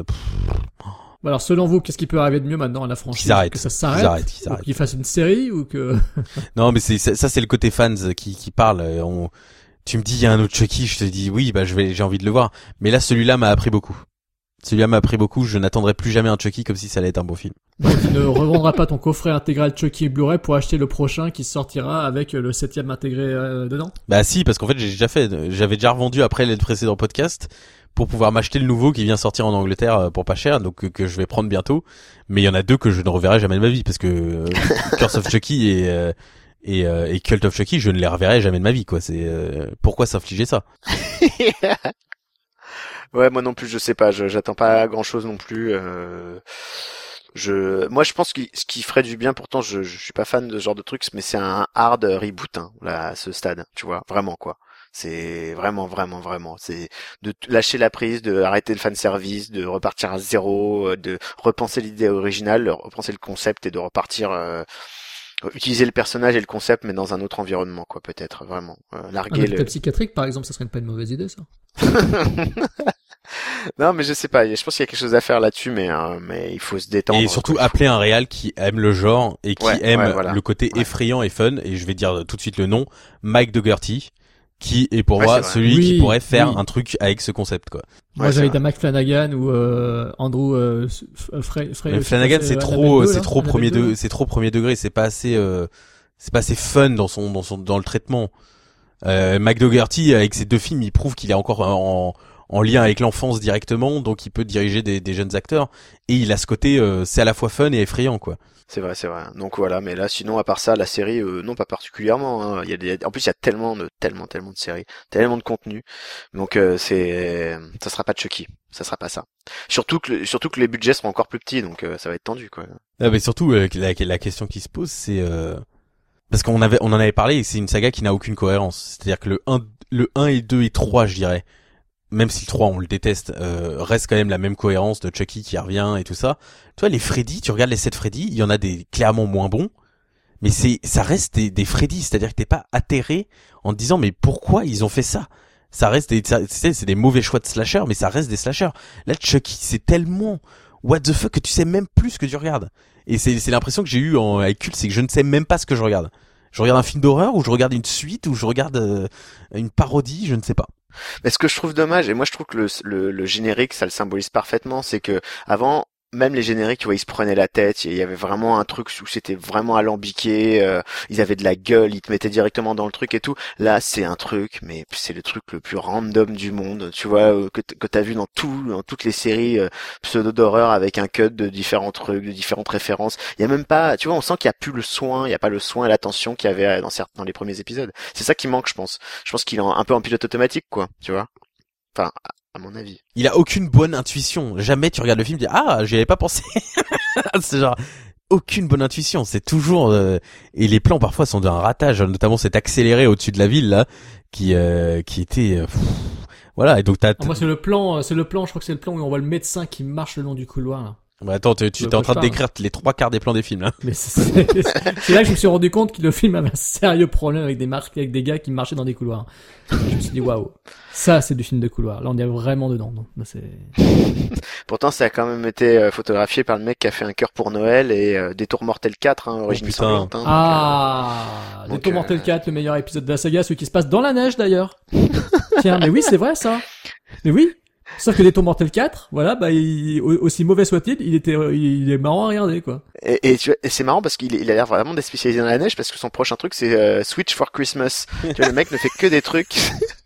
Alors selon vous, qu'est-ce qui peut arriver de mieux maintenant à la franchise? Qu'ils arrêtent. Que ça s'arrête, qu'ils arrêtent, qu'ils ou arrêtent. qu'ils fassent une série ou que... Non mais c'est ça, ça c'est le côté fans qui qui parle. On, tu me dis il y a un autre Chucky, je te dis oui, bah je vais j'ai envie de le voir. Mais là celui-là m'a appris beaucoup. Celui-là m'a appris beaucoup, je n'attendrai plus jamais un Chucky comme si ça allait être un beau film. Donc tu ne revendras pas ton coffret intégral Chucky et Blu-ray pour acheter le prochain qui sortira avec le septième intégré euh, dedans? Bah si, parce qu'en fait j'ai déjà fait, j'avais déjà revendu après les précédents podcasts pour pouvoir m'acheter le nouveau qui vient sortir en Angleterre pour pas cher, donc que je vais prendre bientôt. Mais il y en a deux que je ne reverrai jamais de ma vie, parce que euh, Curse of Chucky et, euh, et, euh, et Cult of Chucky, je ne les reverrai jamais de ma vie, quoi. C'est euh, pourquoi s'infliger ça? Ouais, moi non plus, je sais pas, je, j'attends pas grand chose non plus. Euh, je, moi je pense que ce qui ferait du bien, pourtant je, je suis pas fan de ce genre de trucs, mais c'est un hard reboot, hein, là, à ce stade, tu vois, vraiment quoi. C'est vraiment, vraiment, vraiment. C'est de t- lâcher la prise, de arrêter le fanservice, de repartir à zéro, euh, de repenser l'idée originale, de repenser le concept et de repartir, euh, utiliser le personnage et le concept, mais dans un autre environnement, quoi, peut-être, vraiment. Euh, larguer Un hôpital le... psychiatrique, par exemple, ça serait pas une mauvaise idée, ça. Non, mais je sais pas. Je pense qu'il y a quelque chose à faire là-dessus, mais euh, mais il faut se détendre. Et surtout appeler un réal qui aime le genre et qui Ouais, aime ouais, voilà. le côté Ouais. effrayant et fun. Et je vais dire tout de suite le nom, Mike Dougherty, qui est pour Ouais, moi c'est vrai. celui Oui, qui pourrait faire oui. un truc avec ce concept, quoi. Moi, Ouais, j'avais c'est été à Mike Flanagan ou euh, Andrew euh, F- Frey. Frey Mais aussi, Flanagan, euh, c'est Annabelle trop, deux, c'est là, trop Annabelle premier deux, de, là. c'est trop premier degré. C'est pas assez, euh, c'est pas assez fun dans son, dans son, dans le traitement. Euh, Mike Dougherty, avec ses deux films, il prouve qu'il est encore en, en lien avec l'enfance directement, donc il peut diriger des, des jeunes acteurs. Et il a ce côté, euh, c'est à la fois fun et effrayant, quoi. C'est vrai, c'est vrai. Donc voilà, mais là, sinon, à part ça, la série, euh, non, pas particulièrement. Hein. Il y a des... En plus, il y a tellement de, tellement, tellement de séries, tellement de contenu. Donc euh, c'est, ça sera pas Chucky, ça sera pas ça. Surtout que, le- surtout que les budgets seront encore plus petits, donc euh, ça va être tendu, quoi. Ah, mais surtout, euh, la, la question qui se pose, c'est euh, parce qu'on avait, on en avait parlé, et c'est une saga qui n'a aucune cohérence. C'est-à-dire que le un, le un et deux et trois, je dirais, même si le trois on le déteste, euh, reste quand même la même cohérence de Chucky qui revient et tout ça. Tu vois, les Freddy, tu regardes les sept Freddy, il y en a des clairement moins bons, mais c'est, ça reste des, des Freddy, c'est-à-dire que t'es pas atterré en te disant mais pourquoi ils ont fait ça. Ça reste des, ça- c'est, c'est des mauvais choix de slasher, mais ça reste des slashers. Là, Chucky, c'est tellement what the fuck que tu sais même plus ce que tu regardes. Et c'est, c'est l'impression que j'ai eu en, avec Cult, c'est que je ne sais même pas ce que je regarde. Je regarde un film d'horreur ou je regarde une suite ou je regarde euh, une parodie, je ne sais pas. Mais ce que je trouve dommage, et moi je trouve que le, le, le générique, ça le symbolise parfaitement, c'est que avant, même les génériques, tu vois, ils se prenaient la tête, il y avait vraiment un truc où c'était vraiment alambiqué, euh, ils avaient de la gueule, ils te mettaient directement dans le truc et tout. Là, c'est un truc, mais c'est le truc le plus random du monde, tu vois, euh, que, t- que t'as vu dans tout, dans toutes les séries euh, pseudo d'horreur avec un cut de différents trucs, de différentes références. Il y a même pas, tu vois, on sent qu'il y a plus le soin, il y a pas le soin et l'attention qu'il y avait dans certains, dans les premiers épisodes. C'est ça qui manque, je pense. Je pense qu'il est en- un peu en pilote automatique, quoi, tu vois. Enfin, à mon avis. Il a aucune bonne intuition. Jamais tu regardes le film et dis ah, j'y avais pas pensé. C'est genre aucune bonne intuition. C'est toujours euh, et les plans parfois sont d'un ratage, notamment cet accéléré au-dessus de la ville là, qui euh, qui était euh, pff, voilà. Et donc t'as. Ah, moi, c'est le plan, euh, c'est le plan, je crois que c'est le plan où on voit le médecin qui marche le long du couloir, là. Bah, attends, tu tu Je t'es en train de parle. décrire les trois quarts des plans des films là. Mais c'est, c'est, c'est là que je me suis rendu compte que le film avait un sérieux problème avec des marques, avec des gars qui marchaient dans des couloirs. Je me suis dit, waouh. Ça, c'est du film de couloir. Là, on est vraiment dedans. Donc, là, c'est... Pourtant, ça a quand même été euh, photographié par le mec qui a fait Un cœur pour Noël et euh, Détour Mortel quatre, hein, origine putain. sanglante. Hein, donc, Ah, donc, Détour euh, Mortel quatre, le meilleur épisode de la saga, celui qui se passe dans la neige d'ailleurs. Tiens, mais oui, c'est vrai ça. Mais oui. Sauf que Détour Mortel quatre, voilà, bah, il, au- aussi mauvais soit-il, il était, il est marrant à regarder, quoi. Et, et, tu vois, et c'est marrant parce qu'il est- il a l'air vraiment d'être spécialisé dans la neige parce que son prochain truc c'est euh, Switch for Christmas. Tu vois, le mec ne fait que des trucs.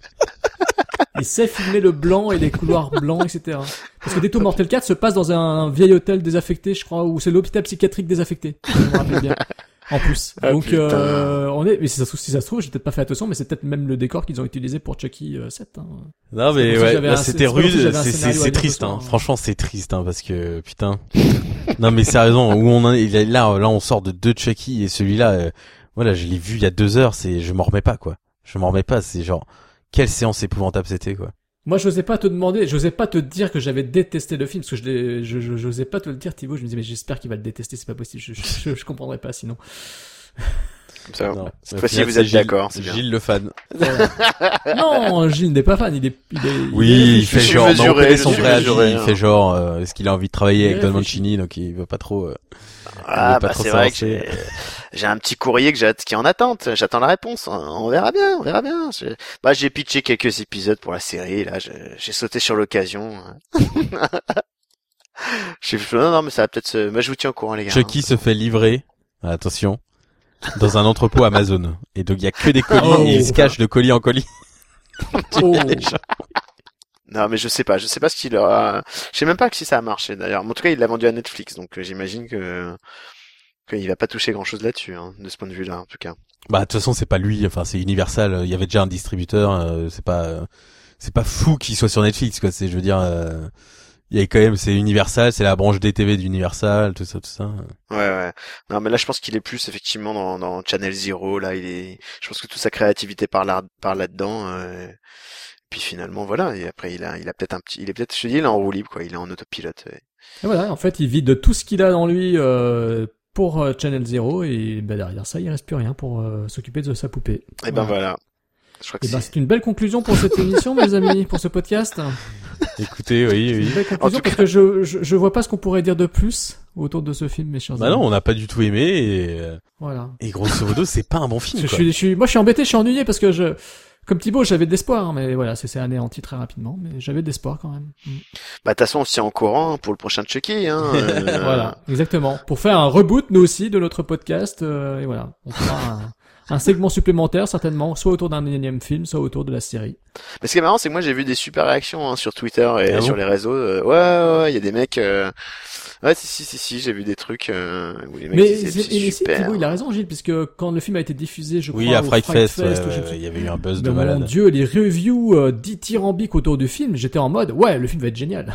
Il sait filmer le blanc et les couloirs blancs, et cetera. Parce que Détour Mortel quatre se passe dans un vieil hôtel désaffecté, je crois, ou c'est l'hôpital psychiatrique désaffecté. Si je me rappelle bien. En plus. Ah, Donc, putain. euh, on est, mais si ça se trouve, si ça se trouve, j'ai peut-être pas fait attention, mais c'est peut-être même le décor qu'ils ont utilisé pour Chucky euh, sept, hein. Non mais C'est comme si ouais, j'avais là, un- c'était c'est comme si rude, j'avais un c'est c'est scénario à c'est dire triste ce soir, hein. hein. Franchement, c'est triste hein parce que putain. Non mais sérieusement, où on en est là là on sort de deux Chucky et celui-là euh, voilà, je l'ai vu il y a deux heures, c'est je m'en remets pas quoi. Je m'en remets pas, c'est genre quelle séance épouvantable c'était quoi. Moi, j'osais pas te demander, j'osais pas te dire que j'avais détesté le film, parce que je l'ai, je, je, j'osais pas te le dire, Thibaut. Je me disais, mais j'espère qu'il va le détester, c'est pas possible, je, je, je, je comprendrais pas sinon. Comme ça, Non, cette au fois-ci final, vous c'est êtes Gilles- d'accord, c'est bien. Gilles le fan. Non, Gilles n'est pas fan, il est, il est, Oui, il est il fait je suis genre, mais on mesuré, connaît je son suis préavis, mesuré, il hein. fait genre, euh, est-ce qu'il a envie de travailler Il avec Don réfléchit. Mancini, donc il veut pas trop. Euh, Ah, pas bah trop c'est vrai que s'avancer. j'ai, j'ai un petit courrier que j'ai, qui est en attente. J'attends la réponse. On verra bien, on verra bien. J'ai- Bah, j'ai pitché quelques épisodes pour la série, là. J'ai, j'ai sauté sur l'occasion. J'ai fait, non, non, mais ça va peut-être se, moi, je vous tiens au courant, les gars. Chucky se fait livrer, attention, dans un entrepôt Amazon. Et donc il y a que des colis Oh. et il se cache de colis en colis. Oh. Non, mais je sais pas, je sais pas ce qu'il a, je sais même pas si ça a marché, d'ailleurs. Mais en tout cas, il l'a vendu à Netflix, donc euh, j'imagine que, qu'il va pas toucher grand chose là-dessus, hein, de ce point de vue-là, en tout cas. Bah de toute façon c'est pas lui, enfin c'est Universal. Il y avait déjà un distributeur. euh, c'est pas, euh, c'est pas fou qu'il soit sur Netflix quoi. C'est, je veux dire, euh, il y a quand même, c'est Universal, c'est la branche D T V d'Universal, tout ça, tout ça. Ouais, ouais. Non, mais là, je pense qu'il est plus effectivement dans, dans Channel Zero. Là, il est. Je pense que toute sa créativité part là, part là-dedans. Euh... Puis finalement, voilà. Et après, il a, il a peut-être un petit, il est peut-être, je te dis, il est en roue libre, quoi. Il est en autopilote. Ouais. Et voilà. En fait, il vide tout ce qu'il a dans lui euh, pour euh, Channel Zero et ben derrière ça, il reste plus rien pour euh, s'occuper de sa poupée. Et ben voilà. Je crois que et ben, c'est... c'est une belle conclusion pour cette émission, mes amis, pour ce podcast. Écoutez, oui, oui. Une belle conclusion parce cas... que je, je je vois pas ce qu'on pourrait dire de plus autour de ce film, mes chers bah amis. Non, on n'a pas du tout aimé et voilà. Et grosso modo, c'est pas un bon film. Je, quoi. Je, suis, je suis, moi, je suis embêté, je suis ennuyé parce que je, comme Thibaut, j'avais de l'espoir, hein, mais voilà, c'est, c'est anéanti très rapidement, mais j'avais de l'espoir quand même. Mm. Bah de toute façon, on s'y est en courant pour le prochain Chucky, hein. Euh... voilà, exactement. Pour faire un reboot, nous aussi, de notre podcast, euh, et voilà, on fera un. Un segment supplémentaire, certainement, soit autour d'un énième film, soit autour de la série. Mais ce qui est marrant, c'est que moi, j'ai vu des super réactions hein, sur Twitter et ah sur bon les réseaux. Euh, ouais, ouais, il y a des mecs... Euh... Ouais, si, si, si, si, j'ai vu des trucs euh, où les mecs mais disaient, c'est, c'est mais super. si, Thibaut, il a raison, Gilles, puisque quand le film a été diffusé, je crois, oui, à au Fright Fright Fest, Fest, ouais, je... ouais, il y avait eu un buzz de mais malade. Mon Dieu, les reviews euh, dithyrambiques autour du film, j'étais en mode, ouais, le film va être génial.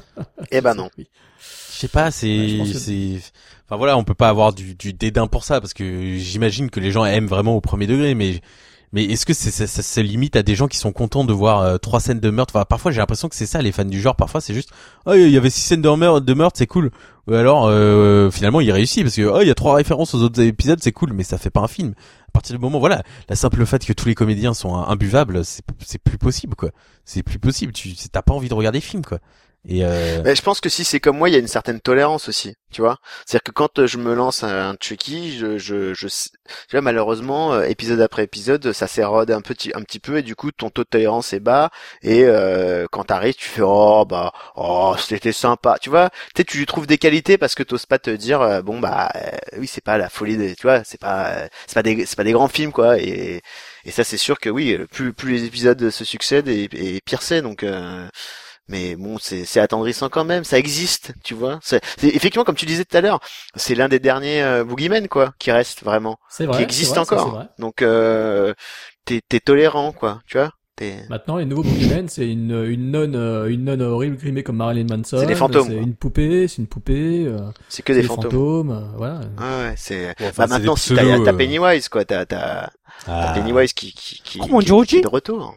Eh ben non. Je sais pas, c'est, ouais, que... c'est, enfin voilà, on peut pas avoir du, du dédain pour ça parce que j'imagine que les gens aiment vraiment au premier degré, mais mais est-ce que c'est, ça, ça se limite à des gens qui sont contents de voir euh, trois scènes de meurtre? Enfin, parfois j'ai l'impression que c'est ça, les fans du genre. Parfois c'est juste, oh il y avait six scènes de meurtre, de meurtre, c'est cool. Ou alors euh, finalement il réussit parce que oh il y a trois références aux autres épisodes, c'est cool, mais ça fait pas un film. À partir du moment, voilà, la simple fait que tous les comédiens sont imbuvables, c'est c'est plus possible quoi. C'est plus possible. Tu t'as pas envie de regarder des films quoi. Et euh... Mais je pense que si c'est comme moi, il y a une certaine tolérance aussi, tu vois. C'est-à-dire que quand je me lance un Chucky, je, je, je, tu vois, malheureusement, euh, épisode après épisode, ça s'érode un petit, un petit peu, et du coup, ton taux de tolérance est bas. Et euh, quand t'arrives, tu fais oh bah, oh c'était sympa, tu vois. Tu sais, tu lui trouves des qualités parce que t'oses pas te dire euh, bon bah, euh, oui, c'est pas la folie, de, tu vois, c'est pas, euh, c'est pas des, c'est pas des grands films quoi. Et, et ça, c'est sûr que oui, plus, plus les épisodes se succèdent, et, et pire c'est donc. Euh, Mais bon, c'est, c'est attendrissant quand même. Ça existe, tu vois. C'est, c'est effectivement comme tu disais tout à l'heure, c'est l'un des derniers euh, Boogeyman quoi, qui reste vraiment, c'est vrai, qui existe c'est vrai, encore. Ça, c'est vrai. Donc euh, t'es, t'es tolérant quoi, tu vois. T'es... Maintenant, les nouveaux Boogeyman, c'est une une nonne, euh, une nonne horrible grimée comme Marilyn Manson. C'est des fantômes. C'est une poupée, c'est une poupée. Euh, c'est que c'est des fantômes. fantômes euh, voilà. Ah ouais, c'est. Bon, enfin, bah maintenant, c'est si t'as, pseudo, t'as euh... Pennywise quoi, t'as t'as, ah. t'as Pennywise qui qui qui, Comment qui, qui, qui est de retour.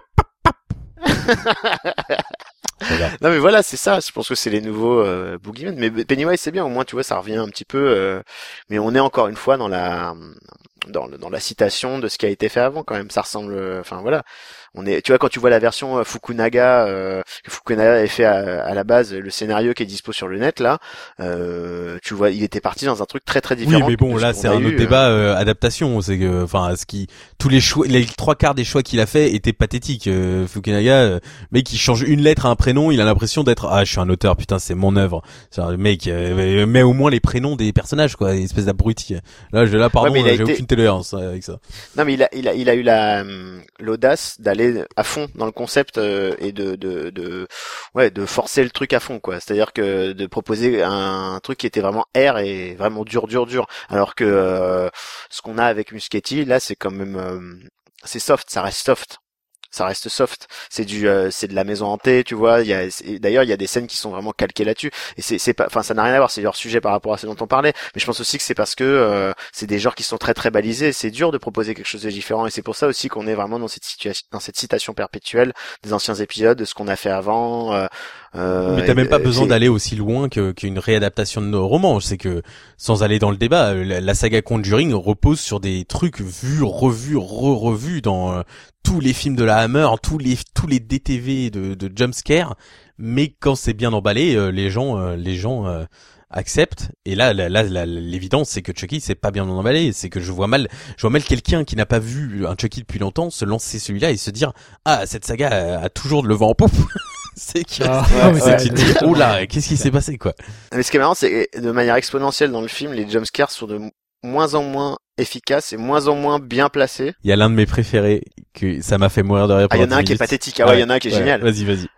Non mais voilà, c'est ça, je pense que c'est les nouveaux euh, Boogeyman, mais Pennywise c'est bien, au moins tu vois ça revient un petit peu euh, mais on est encore une fois dans la dans le, dans la citation de ce qui a été fait avant quand même, ça ressemble enfin voilà. On est, tu vois, quand tu vois la version euh, Fukunaga, euh, que Fukunaga avait fait à, à la base, le scénario qui est dispo sur le net là, euh, tu vois, il était parti dans un truc très très différent. Oui, mais bon, là, c'est un autre eu, débat euh, adaptation. C'est que, enfin, ce qui, tous les choix, les trois quarts des choix qu'il a fait étaient pathétiques. Euh, Fukunaga, euh, mec, il change une lettre à un prénom, il a l'impression d'être, ah, je suis un auteur, putain, c'est mon œuvre. C'est un mec, euh, met au moins les prénoms des personnages, quoi, espèce d'abruti. Là, je, là, pardon, ouais, j'ai été... aucune tolérance avec ça. Non, mais il a, il a, il a eu la, l'audace d'aller à fond dans le concept euh, et de, de de ouais de forcer le truc à fond quoi, c'est-à-dire que de proposer un, un truc qui était vraiment air et vraiment dur dur dur alors que euh, ce qu'on a avec Muschietti là c'est quand même euh, c'est soft, ça reste soft. Ça reste soft, c'est du, euh, c'est de la maison hantée, tu vois. Il y a, d'ailleurs, il y a des scènes qui sont vraiment calquées là-dessus. Et c'est, c'est pas, enfin, ça n'a rien à voir. C'est leur sujet par rapport à ce dont on parlait. Mais je pense aussi que c'est parce que euh, c'est des genres qui sont très très balisés. C'est dur de proposer quelque chose de différent. Et c'est pour ça aussi qu'on est vraiment dans cette situation, dans cette citation perpétuelle des anciens épisodes, de ce qu'on a fait avant. Euh, euh, mais t'as même pas besoin d'aller aussi loin que, qu'une réadaptation de nos romans. C'est que, sans aller dans le débat, la, la saga Conjuring repose sur des trucs vus, revus, re-revus dans euh, tous les films de la Hammer, tous les tous les D T V de, de jumpscare, mais quand c'est bien emballé, euh, les gens euh, les gens euh, acceptent. Et là, là, là, là l'évidence, c'est que Chucky c'est pas bien emballé. C'est que je vois mal, je vois mal quelqu'un qui n'a pas vu un Chucky depuis longtemps se lancer celui-là et se dire ah cette saga a, a toujours de le vent en poupe. C'est que ah, ouais, ouais, c'est ouais, tu te dis oh là qu'est-ce qui s'est passé quoi. Mais ce qui est marrant, c'est de manière exponentielle dans le film, les jumpscares sont de moins en moins efficace et moins en moins bien placé. Il y a l'un de mes préférés que ça m'a fait mourir de rire. Ah, il y en a un qui est pathétique. Ah ouais, il y en a un qui est ouais, génial. Vas-y, vas-y.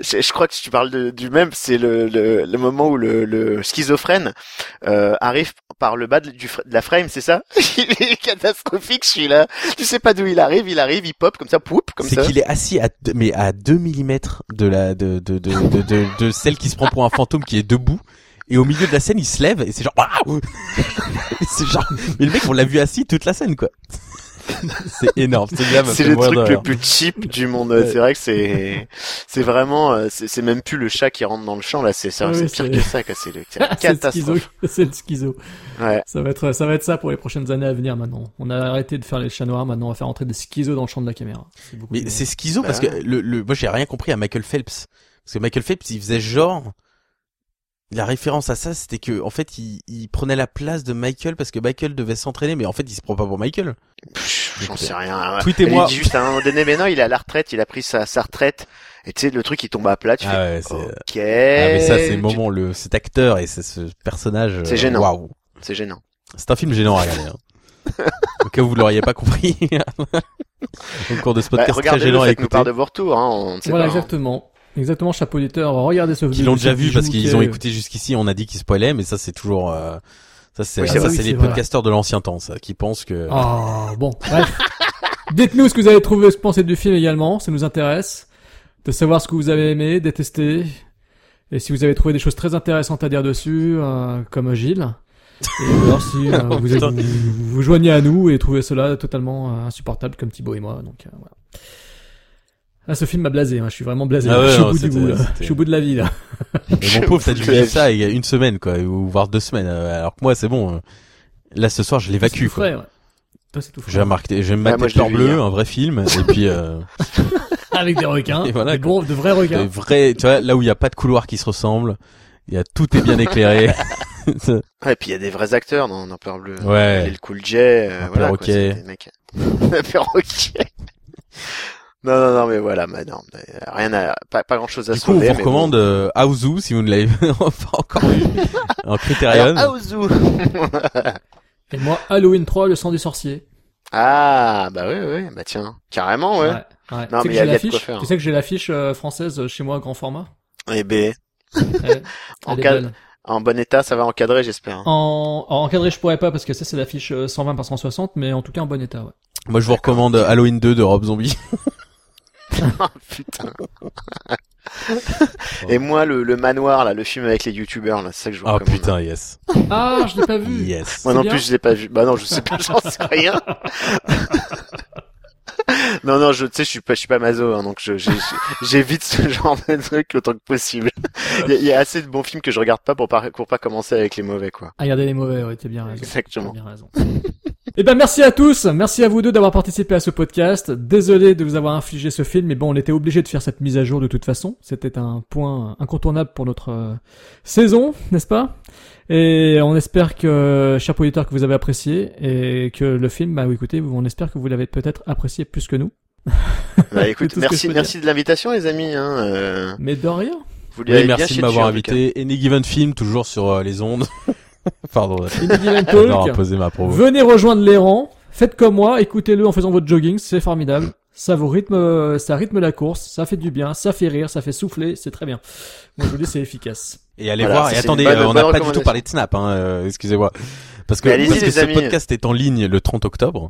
je, je crois que si tu parles de, du même, c'est le, le, le moment où le, le schizophrène euh, arrive par le bas de, du, de la frame, c'est ça? Il est catastrophique, celui-là. Tu sais pas d'où il arrive, il arrive, il pop comme ça, poup, comme c'est ça. C'est qu'il est assis à deux, mais à deux millimètres de la de de de de, de, de, de celle qui se prend pour un fantôme qui est debout. Et au milieu de la scène, il se lève et c'est genre waouh. C'est genre, mais le mec, on l'a vu assis toute la scène, quoi. C'est énorme. C'est, bien, c'est le truc le plus cheap du monde. Ouais. C'est vrai que c'est, c'est vraiment, c'est, c'est même plus le chat qui rentre dans le champ là. C'est, c'est, oui, c'est pire c'est... que ça. Quoi. C'est le c'est la catastrophe. C'est le schizo. Ouais. Ça va être, ça va être ça pour les prochaines années à venir maintenant. On a arrêté de faire les chats noirs. Maintenant, on va faire entrer des schizos dans le champ de la caméra. C'est mais de... c'est schizo bah, parce que le, le, moi j'ai rien compris à Michael Phelps. Parce que Michael Phelps, il faisait genre. La référence à ça, c'était que en fait, il, il prenait la place de Michael parce que Michael devait s'entraîner, mais en fait, il se prend pas pour Michael. Pff, j'en sais rien. Tweetez-moi. Il dit juste à un moment donné, mais non, il est à la retraite, il a pris sa, sa retraite. Et tu sais, le truc, il tombe à plat. Tu ah fais, ouais, c'est... ok. Ah mais ça, c'est le moment, tu... le cet acteur et c'est ce personnage. C'est gênant. Waouh. C'est gênant. C'est un film gênant à regarder. Hein. Au cas où vous l'auriez pas compris. Au cours de ce podcast bah, très gênant à écouter. Nous part de vos retours, hein. On ne sait voilà, pas, exactement. Hein. Exactement, chapeau auditeur, regardez ce vidéo. Qui l'ont déjà vu parce qu'ils ont écouté jusqu'ici, on a dit qu'ils spoilaient, mais ça c'est toujours, euh, ça c'est, oui, ça, ça oui, c'est, c'est les vrai. Podcasteurs de l'ancien temps, ça, qui pensent que. Oh, bon, bref. Dites-nous ce que vous avez trouvé, ce que vous pensez du film également, ça nous intéresse. De savoir ce que vous avez aimé, détesté. Et si vous avez trouvé des choses très intéressantes à dire dessus, euh, comme Gilles. Et alors si euh, oh, vous, êtes, vous, vous vous joignez à nous et trouvez cela totalement euh, insupportable comme Thibaut et moi, donc, euh, voilà. Ah, ce film m'a blasé, hein. Je suis vraiment blasé. Ah ouais, je suis non, au bout du bout, là. Je suis au bout de la vie, là. Mais mon pauvre, t'as dû vivre ça il y a une semaine, quoi, ou voire deux semaines. Alors que moi, c'est bon. Là, ce soir, je l'évacue, quoi. Frais, ouais. Toi, c'est tout frais. J'ai remarqué, j'aime mettre Peur Bleue, un vrai film, et puis, euh... avec des requins. Et voilà, des gros, de vrais requins. Des vrais, tu vois, là où il y a pas de couloir qui se ressemblent. Il y a, tout est bien éclairé. Ouais, et puis il y a des vrais acteurs dans, dans Peur Bleue. Ouais. Et le Cool J, euh, un voilà, quoi, c'est des mecs. Un perroquet. Non, non, non, mais voilà, mais non, rien à, pas, pas grand chose à du coup, sauver. on vous recommande, bon. euh, Aouzou, si vous ne l'avez pas encore vu, en Criterion. Aouzou. Et moi, Halloween trois, le sang du sorcier. Ah, bah oui, oui, bah tiens, carrément, ouais. ouais, ouais. Non, tu mais sais il y a, y a de quoi faire. Tu sais que j'ai l'affiche euh, française chez moi, grand format. Eh ben. Elle, en, elle cad... en bon état, ça va encadrer, j'espère. Hein. En, en encadré, je pourrais pas parce que ça, c'est l'affiche cent vingt par cent soixante, mais en tout cas en bon état, ouais. Moi, je vous recommande Halloween deux de Rob Zombie. Oh putain. Et moi le, le manoir là, le film avec les youtubeurs là, c'est ça que je vous recommande. Ah putain, yes. Ah, je l'ai pas vu. Yes. Moi non plus je l'ai pas vu. Bah non, je sais pas, j'en sais rien. Non non, je tu sais je suis pas je suis pas maso hein, donc je j'ai, j'évite ce genre de truc autant que possible. Il y, a, il y a assez de bons films que je regarde pas pour pas pour pas commencer avec les mauvais quoi. Ah, regardez les mauvais, ouais, t'as bien raison. Exactement. T'as bien raison. Eh ben merci à tous, merci à vous deux d'avoir participé à ce podcast. Désolé de vous avoir infligé ce film, mais bon, on était obligé de faire cette mise à jour de toute façon. C'était un point incontournable pour notre euh, saison, n'est-ce pas? Et on espère que, chers auditeurs, que vous avez apprécié et que le film, bah écoutez, on espère que vous l'avez peut-être apprécié plus que nous. Bah écoute, merci, merci de l'invitation les amis. Hein, euh... Mais de rien. Vous oui, merci de m'avoir invité. Any Given Film, toujours sur euh, les ondes. Pardon. Any Given Talk. Ma Venez rejoindre les rangs. Faites comme moi, écoutez-le en faisant votre jogging, c'est formidable. Ça vous rythme, ça rythme la course, ça fait du bien, ça fait rire, ça fait souffler, c'est très bien. Moi je vous dis c'est efficace. Et allez voilà, voir, et attendez, bonne, euh, on n'a pas du tout parlé de Snap, hein, euh, excusez-moi. Parce que, parce que ce amis. podcast est en ligne le trente octobre.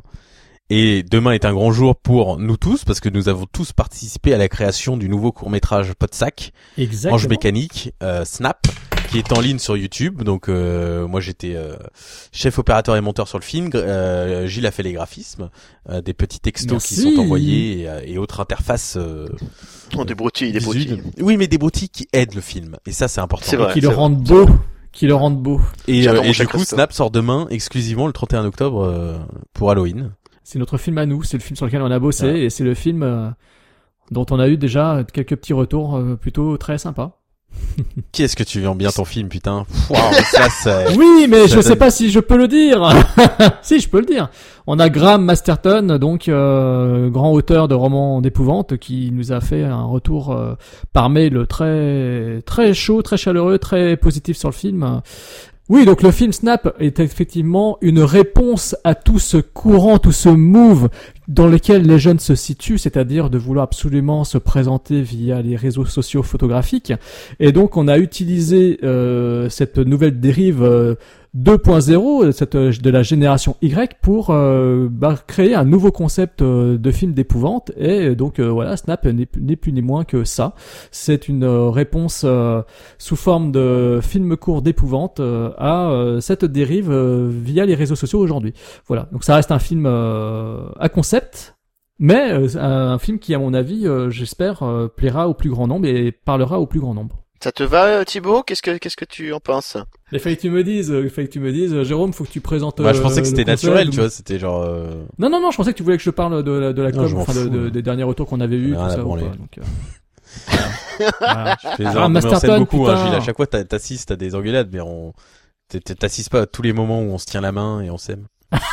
Et demain est un grand jour pour nous tous, parce que nous avons tous participé à la création du nouveau court-métrage Podsac. Exactement. Ange mécanique, euh, Snap, qui est en ligne sur YouTube. Donc euh, moi j'étais euh, chef opérateur et monteur sur le film. Euh, Gilles a fait les graphismes, euh, des petits textos Merci. qui sont envoyés et, et autres interfaces. Euh, oh, des broutilles, des broutilles. Oui, mais des broutilles qui aident le film. Et ça c'est important. C'est vrai, et qui le vrai. rendent beau. Qui le rendent beau. Et, euh, et du coup, Snap sort demain exclusivement le trente et un octobre euh, pour Halloween. C'est notre film à nous, c'est le film sur lequel on a bossé ouais. et c'est le film euh, dont on a eu déjà quelques petits retours euh, plutôt très sympas. Qui est-ce que tu vends bien ton film, putain? Wow, ça, c'est... Oui, mais ça je donne... sais pas si je peux le dire. Si, je peux le dire. On a Graham Masterton, donc euh, grand auteur de romans d'épouvante, qui nous a fait un retour euh, par mail très très chaud, très chaleureux, très positif sur le film. Oui, donc le film Snap est effectivement une réponse à tout ce courant, tout ce move dans lequel les jeunes se situent, c'est-à-dire de vouloir absolument se présenter via les réseaux sociaux photographiques. Et donc on a utilisé euh, cette nouvelle dérive euh, deux point zéro cette, de la génération Y pour euh, bah, créer un nouveau concept euh, de film d'épouvante. Et donc euh, voilà, Snap n'est, n'est plus ni moins que ça. C'est une euh, réponse euh, sous forme de film court d'épouvante euh, à euh, cette dérive euh, via les réseaux sociaux aujourd'hui. Voilà, donc ça reste un film euh, à concept, mais euh, un, un film qui, à mon avis, euh, j'espère, euh, plaira au plus grand nombre et parlera au plus grand nombre. Ça te va, Thibaut? Qu'est-ce que qu'est-ce que tu en penses? Il fallait que tu me dises, il fallait que tu me dises, Jérôme, faut que tu présentes. Bah, je pensais que euh, c'était naturel, tu vois, c'était genre. Euh... Non, non, non, je pensais que tu voulais que je parle de la, de la com, non, enfin, de, de, des derniers retours qu'on avait eus, tout ça. Ou pas, donc, euh... voilà. Je fais ah, Masterton, beaucoup, putain. hein, Gilles, à chaque fois t'assistes à des engueulades, mais on t'assistes pas à tous les moments où on se tient la main et on s'aime.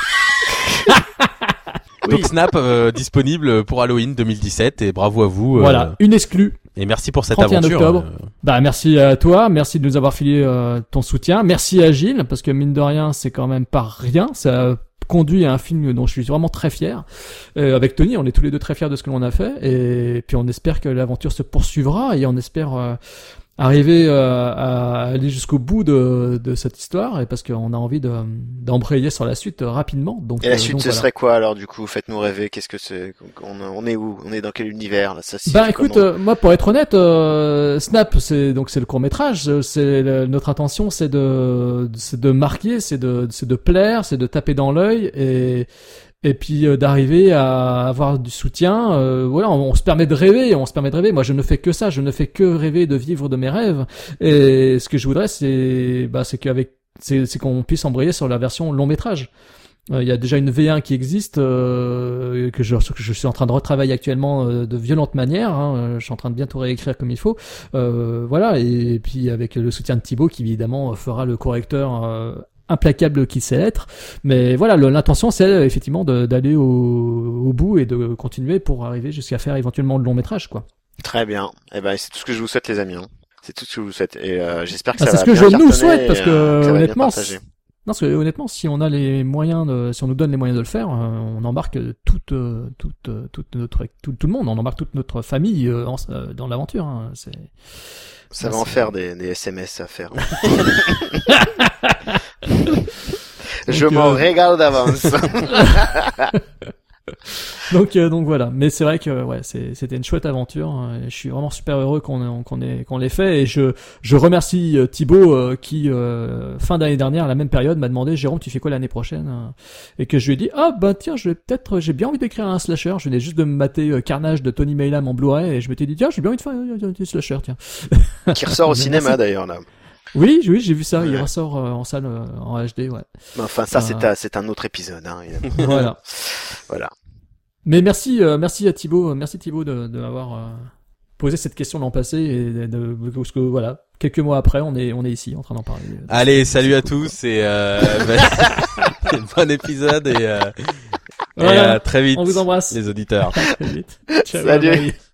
Oui. Donc Snap euh, disponible pour Halloween deux mille dix-sept et bravo à vous. Euh, voilà, une exclue. Et merci pour cette trente et un aventure. Octobre. Euh... Bah merci à toi, merci de nous avoir filé euh, ton soutien, merci à Gilles parce que mine de rien c'est quand même pas rien, ça conduit à un film dont je suis vraiment très fier. Euh, avec Tony, on est tous les deux très fiers de ce que l'on a fait et puis on espère que l'aventure se poursuivra et on espère euh, arriver euh, à aller jusqu'au bout de, de cette histoire et parce qu'on a envie de, d'embrayer sur la suite euh, rapidement. Donc, et la euh, suite, donc, ce voilà. serait quoi alors du coup? Faites-nous rêver. Qu'est-ce que c'est? On, on est où? On est dans quel univers là? Ça, Bah écoute, euh, moi pour être honnête, euh, Snap, c'est donc c'est le court métrage. C'est le, notre intention, c'est de c'est de marquer, c'est de c'est de plaire, c'est de taper dans l'œil et et puis euh, d'arriver à avoir du soutien. Euh, voilà, on, on se permet de rêver, on se permet de rêver. Moi, je ne fais que ça, je ne fais que rêver de vivre de mes rêves. Et ce que je voudrais, c'est bah c'est qu'avec c'est, c'est qu'on puisse embrayer sur la version long métrage. Il euh, y a déjà une V un qui existe euh, que, je, que je suis en train de retravailler actuellement euh, de violente manière. Hein, je suis en train de bientôt réécrire comme il faut. Euh, voilà, et, et puis avec le soutien de Thibaut qui évidemment fera le correcteur euh, implacable qu'il sait être. Mais voilà, le, l'intention c'est effectivement de, d'aller au, au bout et de continuer pour arriver jusqu'à faire éventuellement le long métrage, quoi. Très bien. Eh ben c'est tout ce que je vous souhaite, les amis. Hein. C'est tout ce que je vous souhaite. Et euh, j'espère que ah, ça c'est va ce que bien je cartonner, nous souhaite parce que euh, honnêtement. Non, parce que honnêtement, si on a les moyens, de, si on nous donne les moyens de le faire, euh, on embarque toute, euh, toute, euh, toute notre, tout, tout le monde, on embarque toute notre famille euh, en, euh, dans l'aventure. Hein. C'est, ça là, va c'est... en faire des, des S M S à faire. Je donc, m'en euh... régale d'avance. donc, euh, donc voilà. Mais c'est vrai que ouais, c'est, c'était une chouette aventure. Hein, et je suis vraiment super heureux qu'on, qu'on ait, qu'on l'ait fait. Et je, je remercie euh, Thibaut euh, qui euh, fin d'année dernière, à la même période, m'a demandé Jérôme, tu fais quoi l'année prochaine euh, et que je lui ai dit ah bah tiens, je vais peut-être, j'ai bien envie d'écrire un slasher. Je venais juste de me mater euh, Carnage de Tony Maylam en Blu-ray et je m'étais dit tiens, j'ai bien envie de faire un, un slasher, tiens. Qui ressort au cinéma d'ailleurs là. Oui, oui, j'ai vu ça. Ouais. Il ressort euh, en salle euh, en H D, ouais. Enfin, ça, euh... c'est, un, c'est un autre épisode. Hein, voilà. Voilà. Mais merci, euh, merci à Thibaut, merci Thibaut de, de m'avoir euh, posé cette question l'an passé et de, de, parce que voilà, quelques mois après, on est, on est ici en train d'en parler. Allez, salut à tous et euh, bon épisode et, euh, voilà. et euh, très vite. On vous embrasse. Les auditeurs. Très vite. Ciao, salut. bye.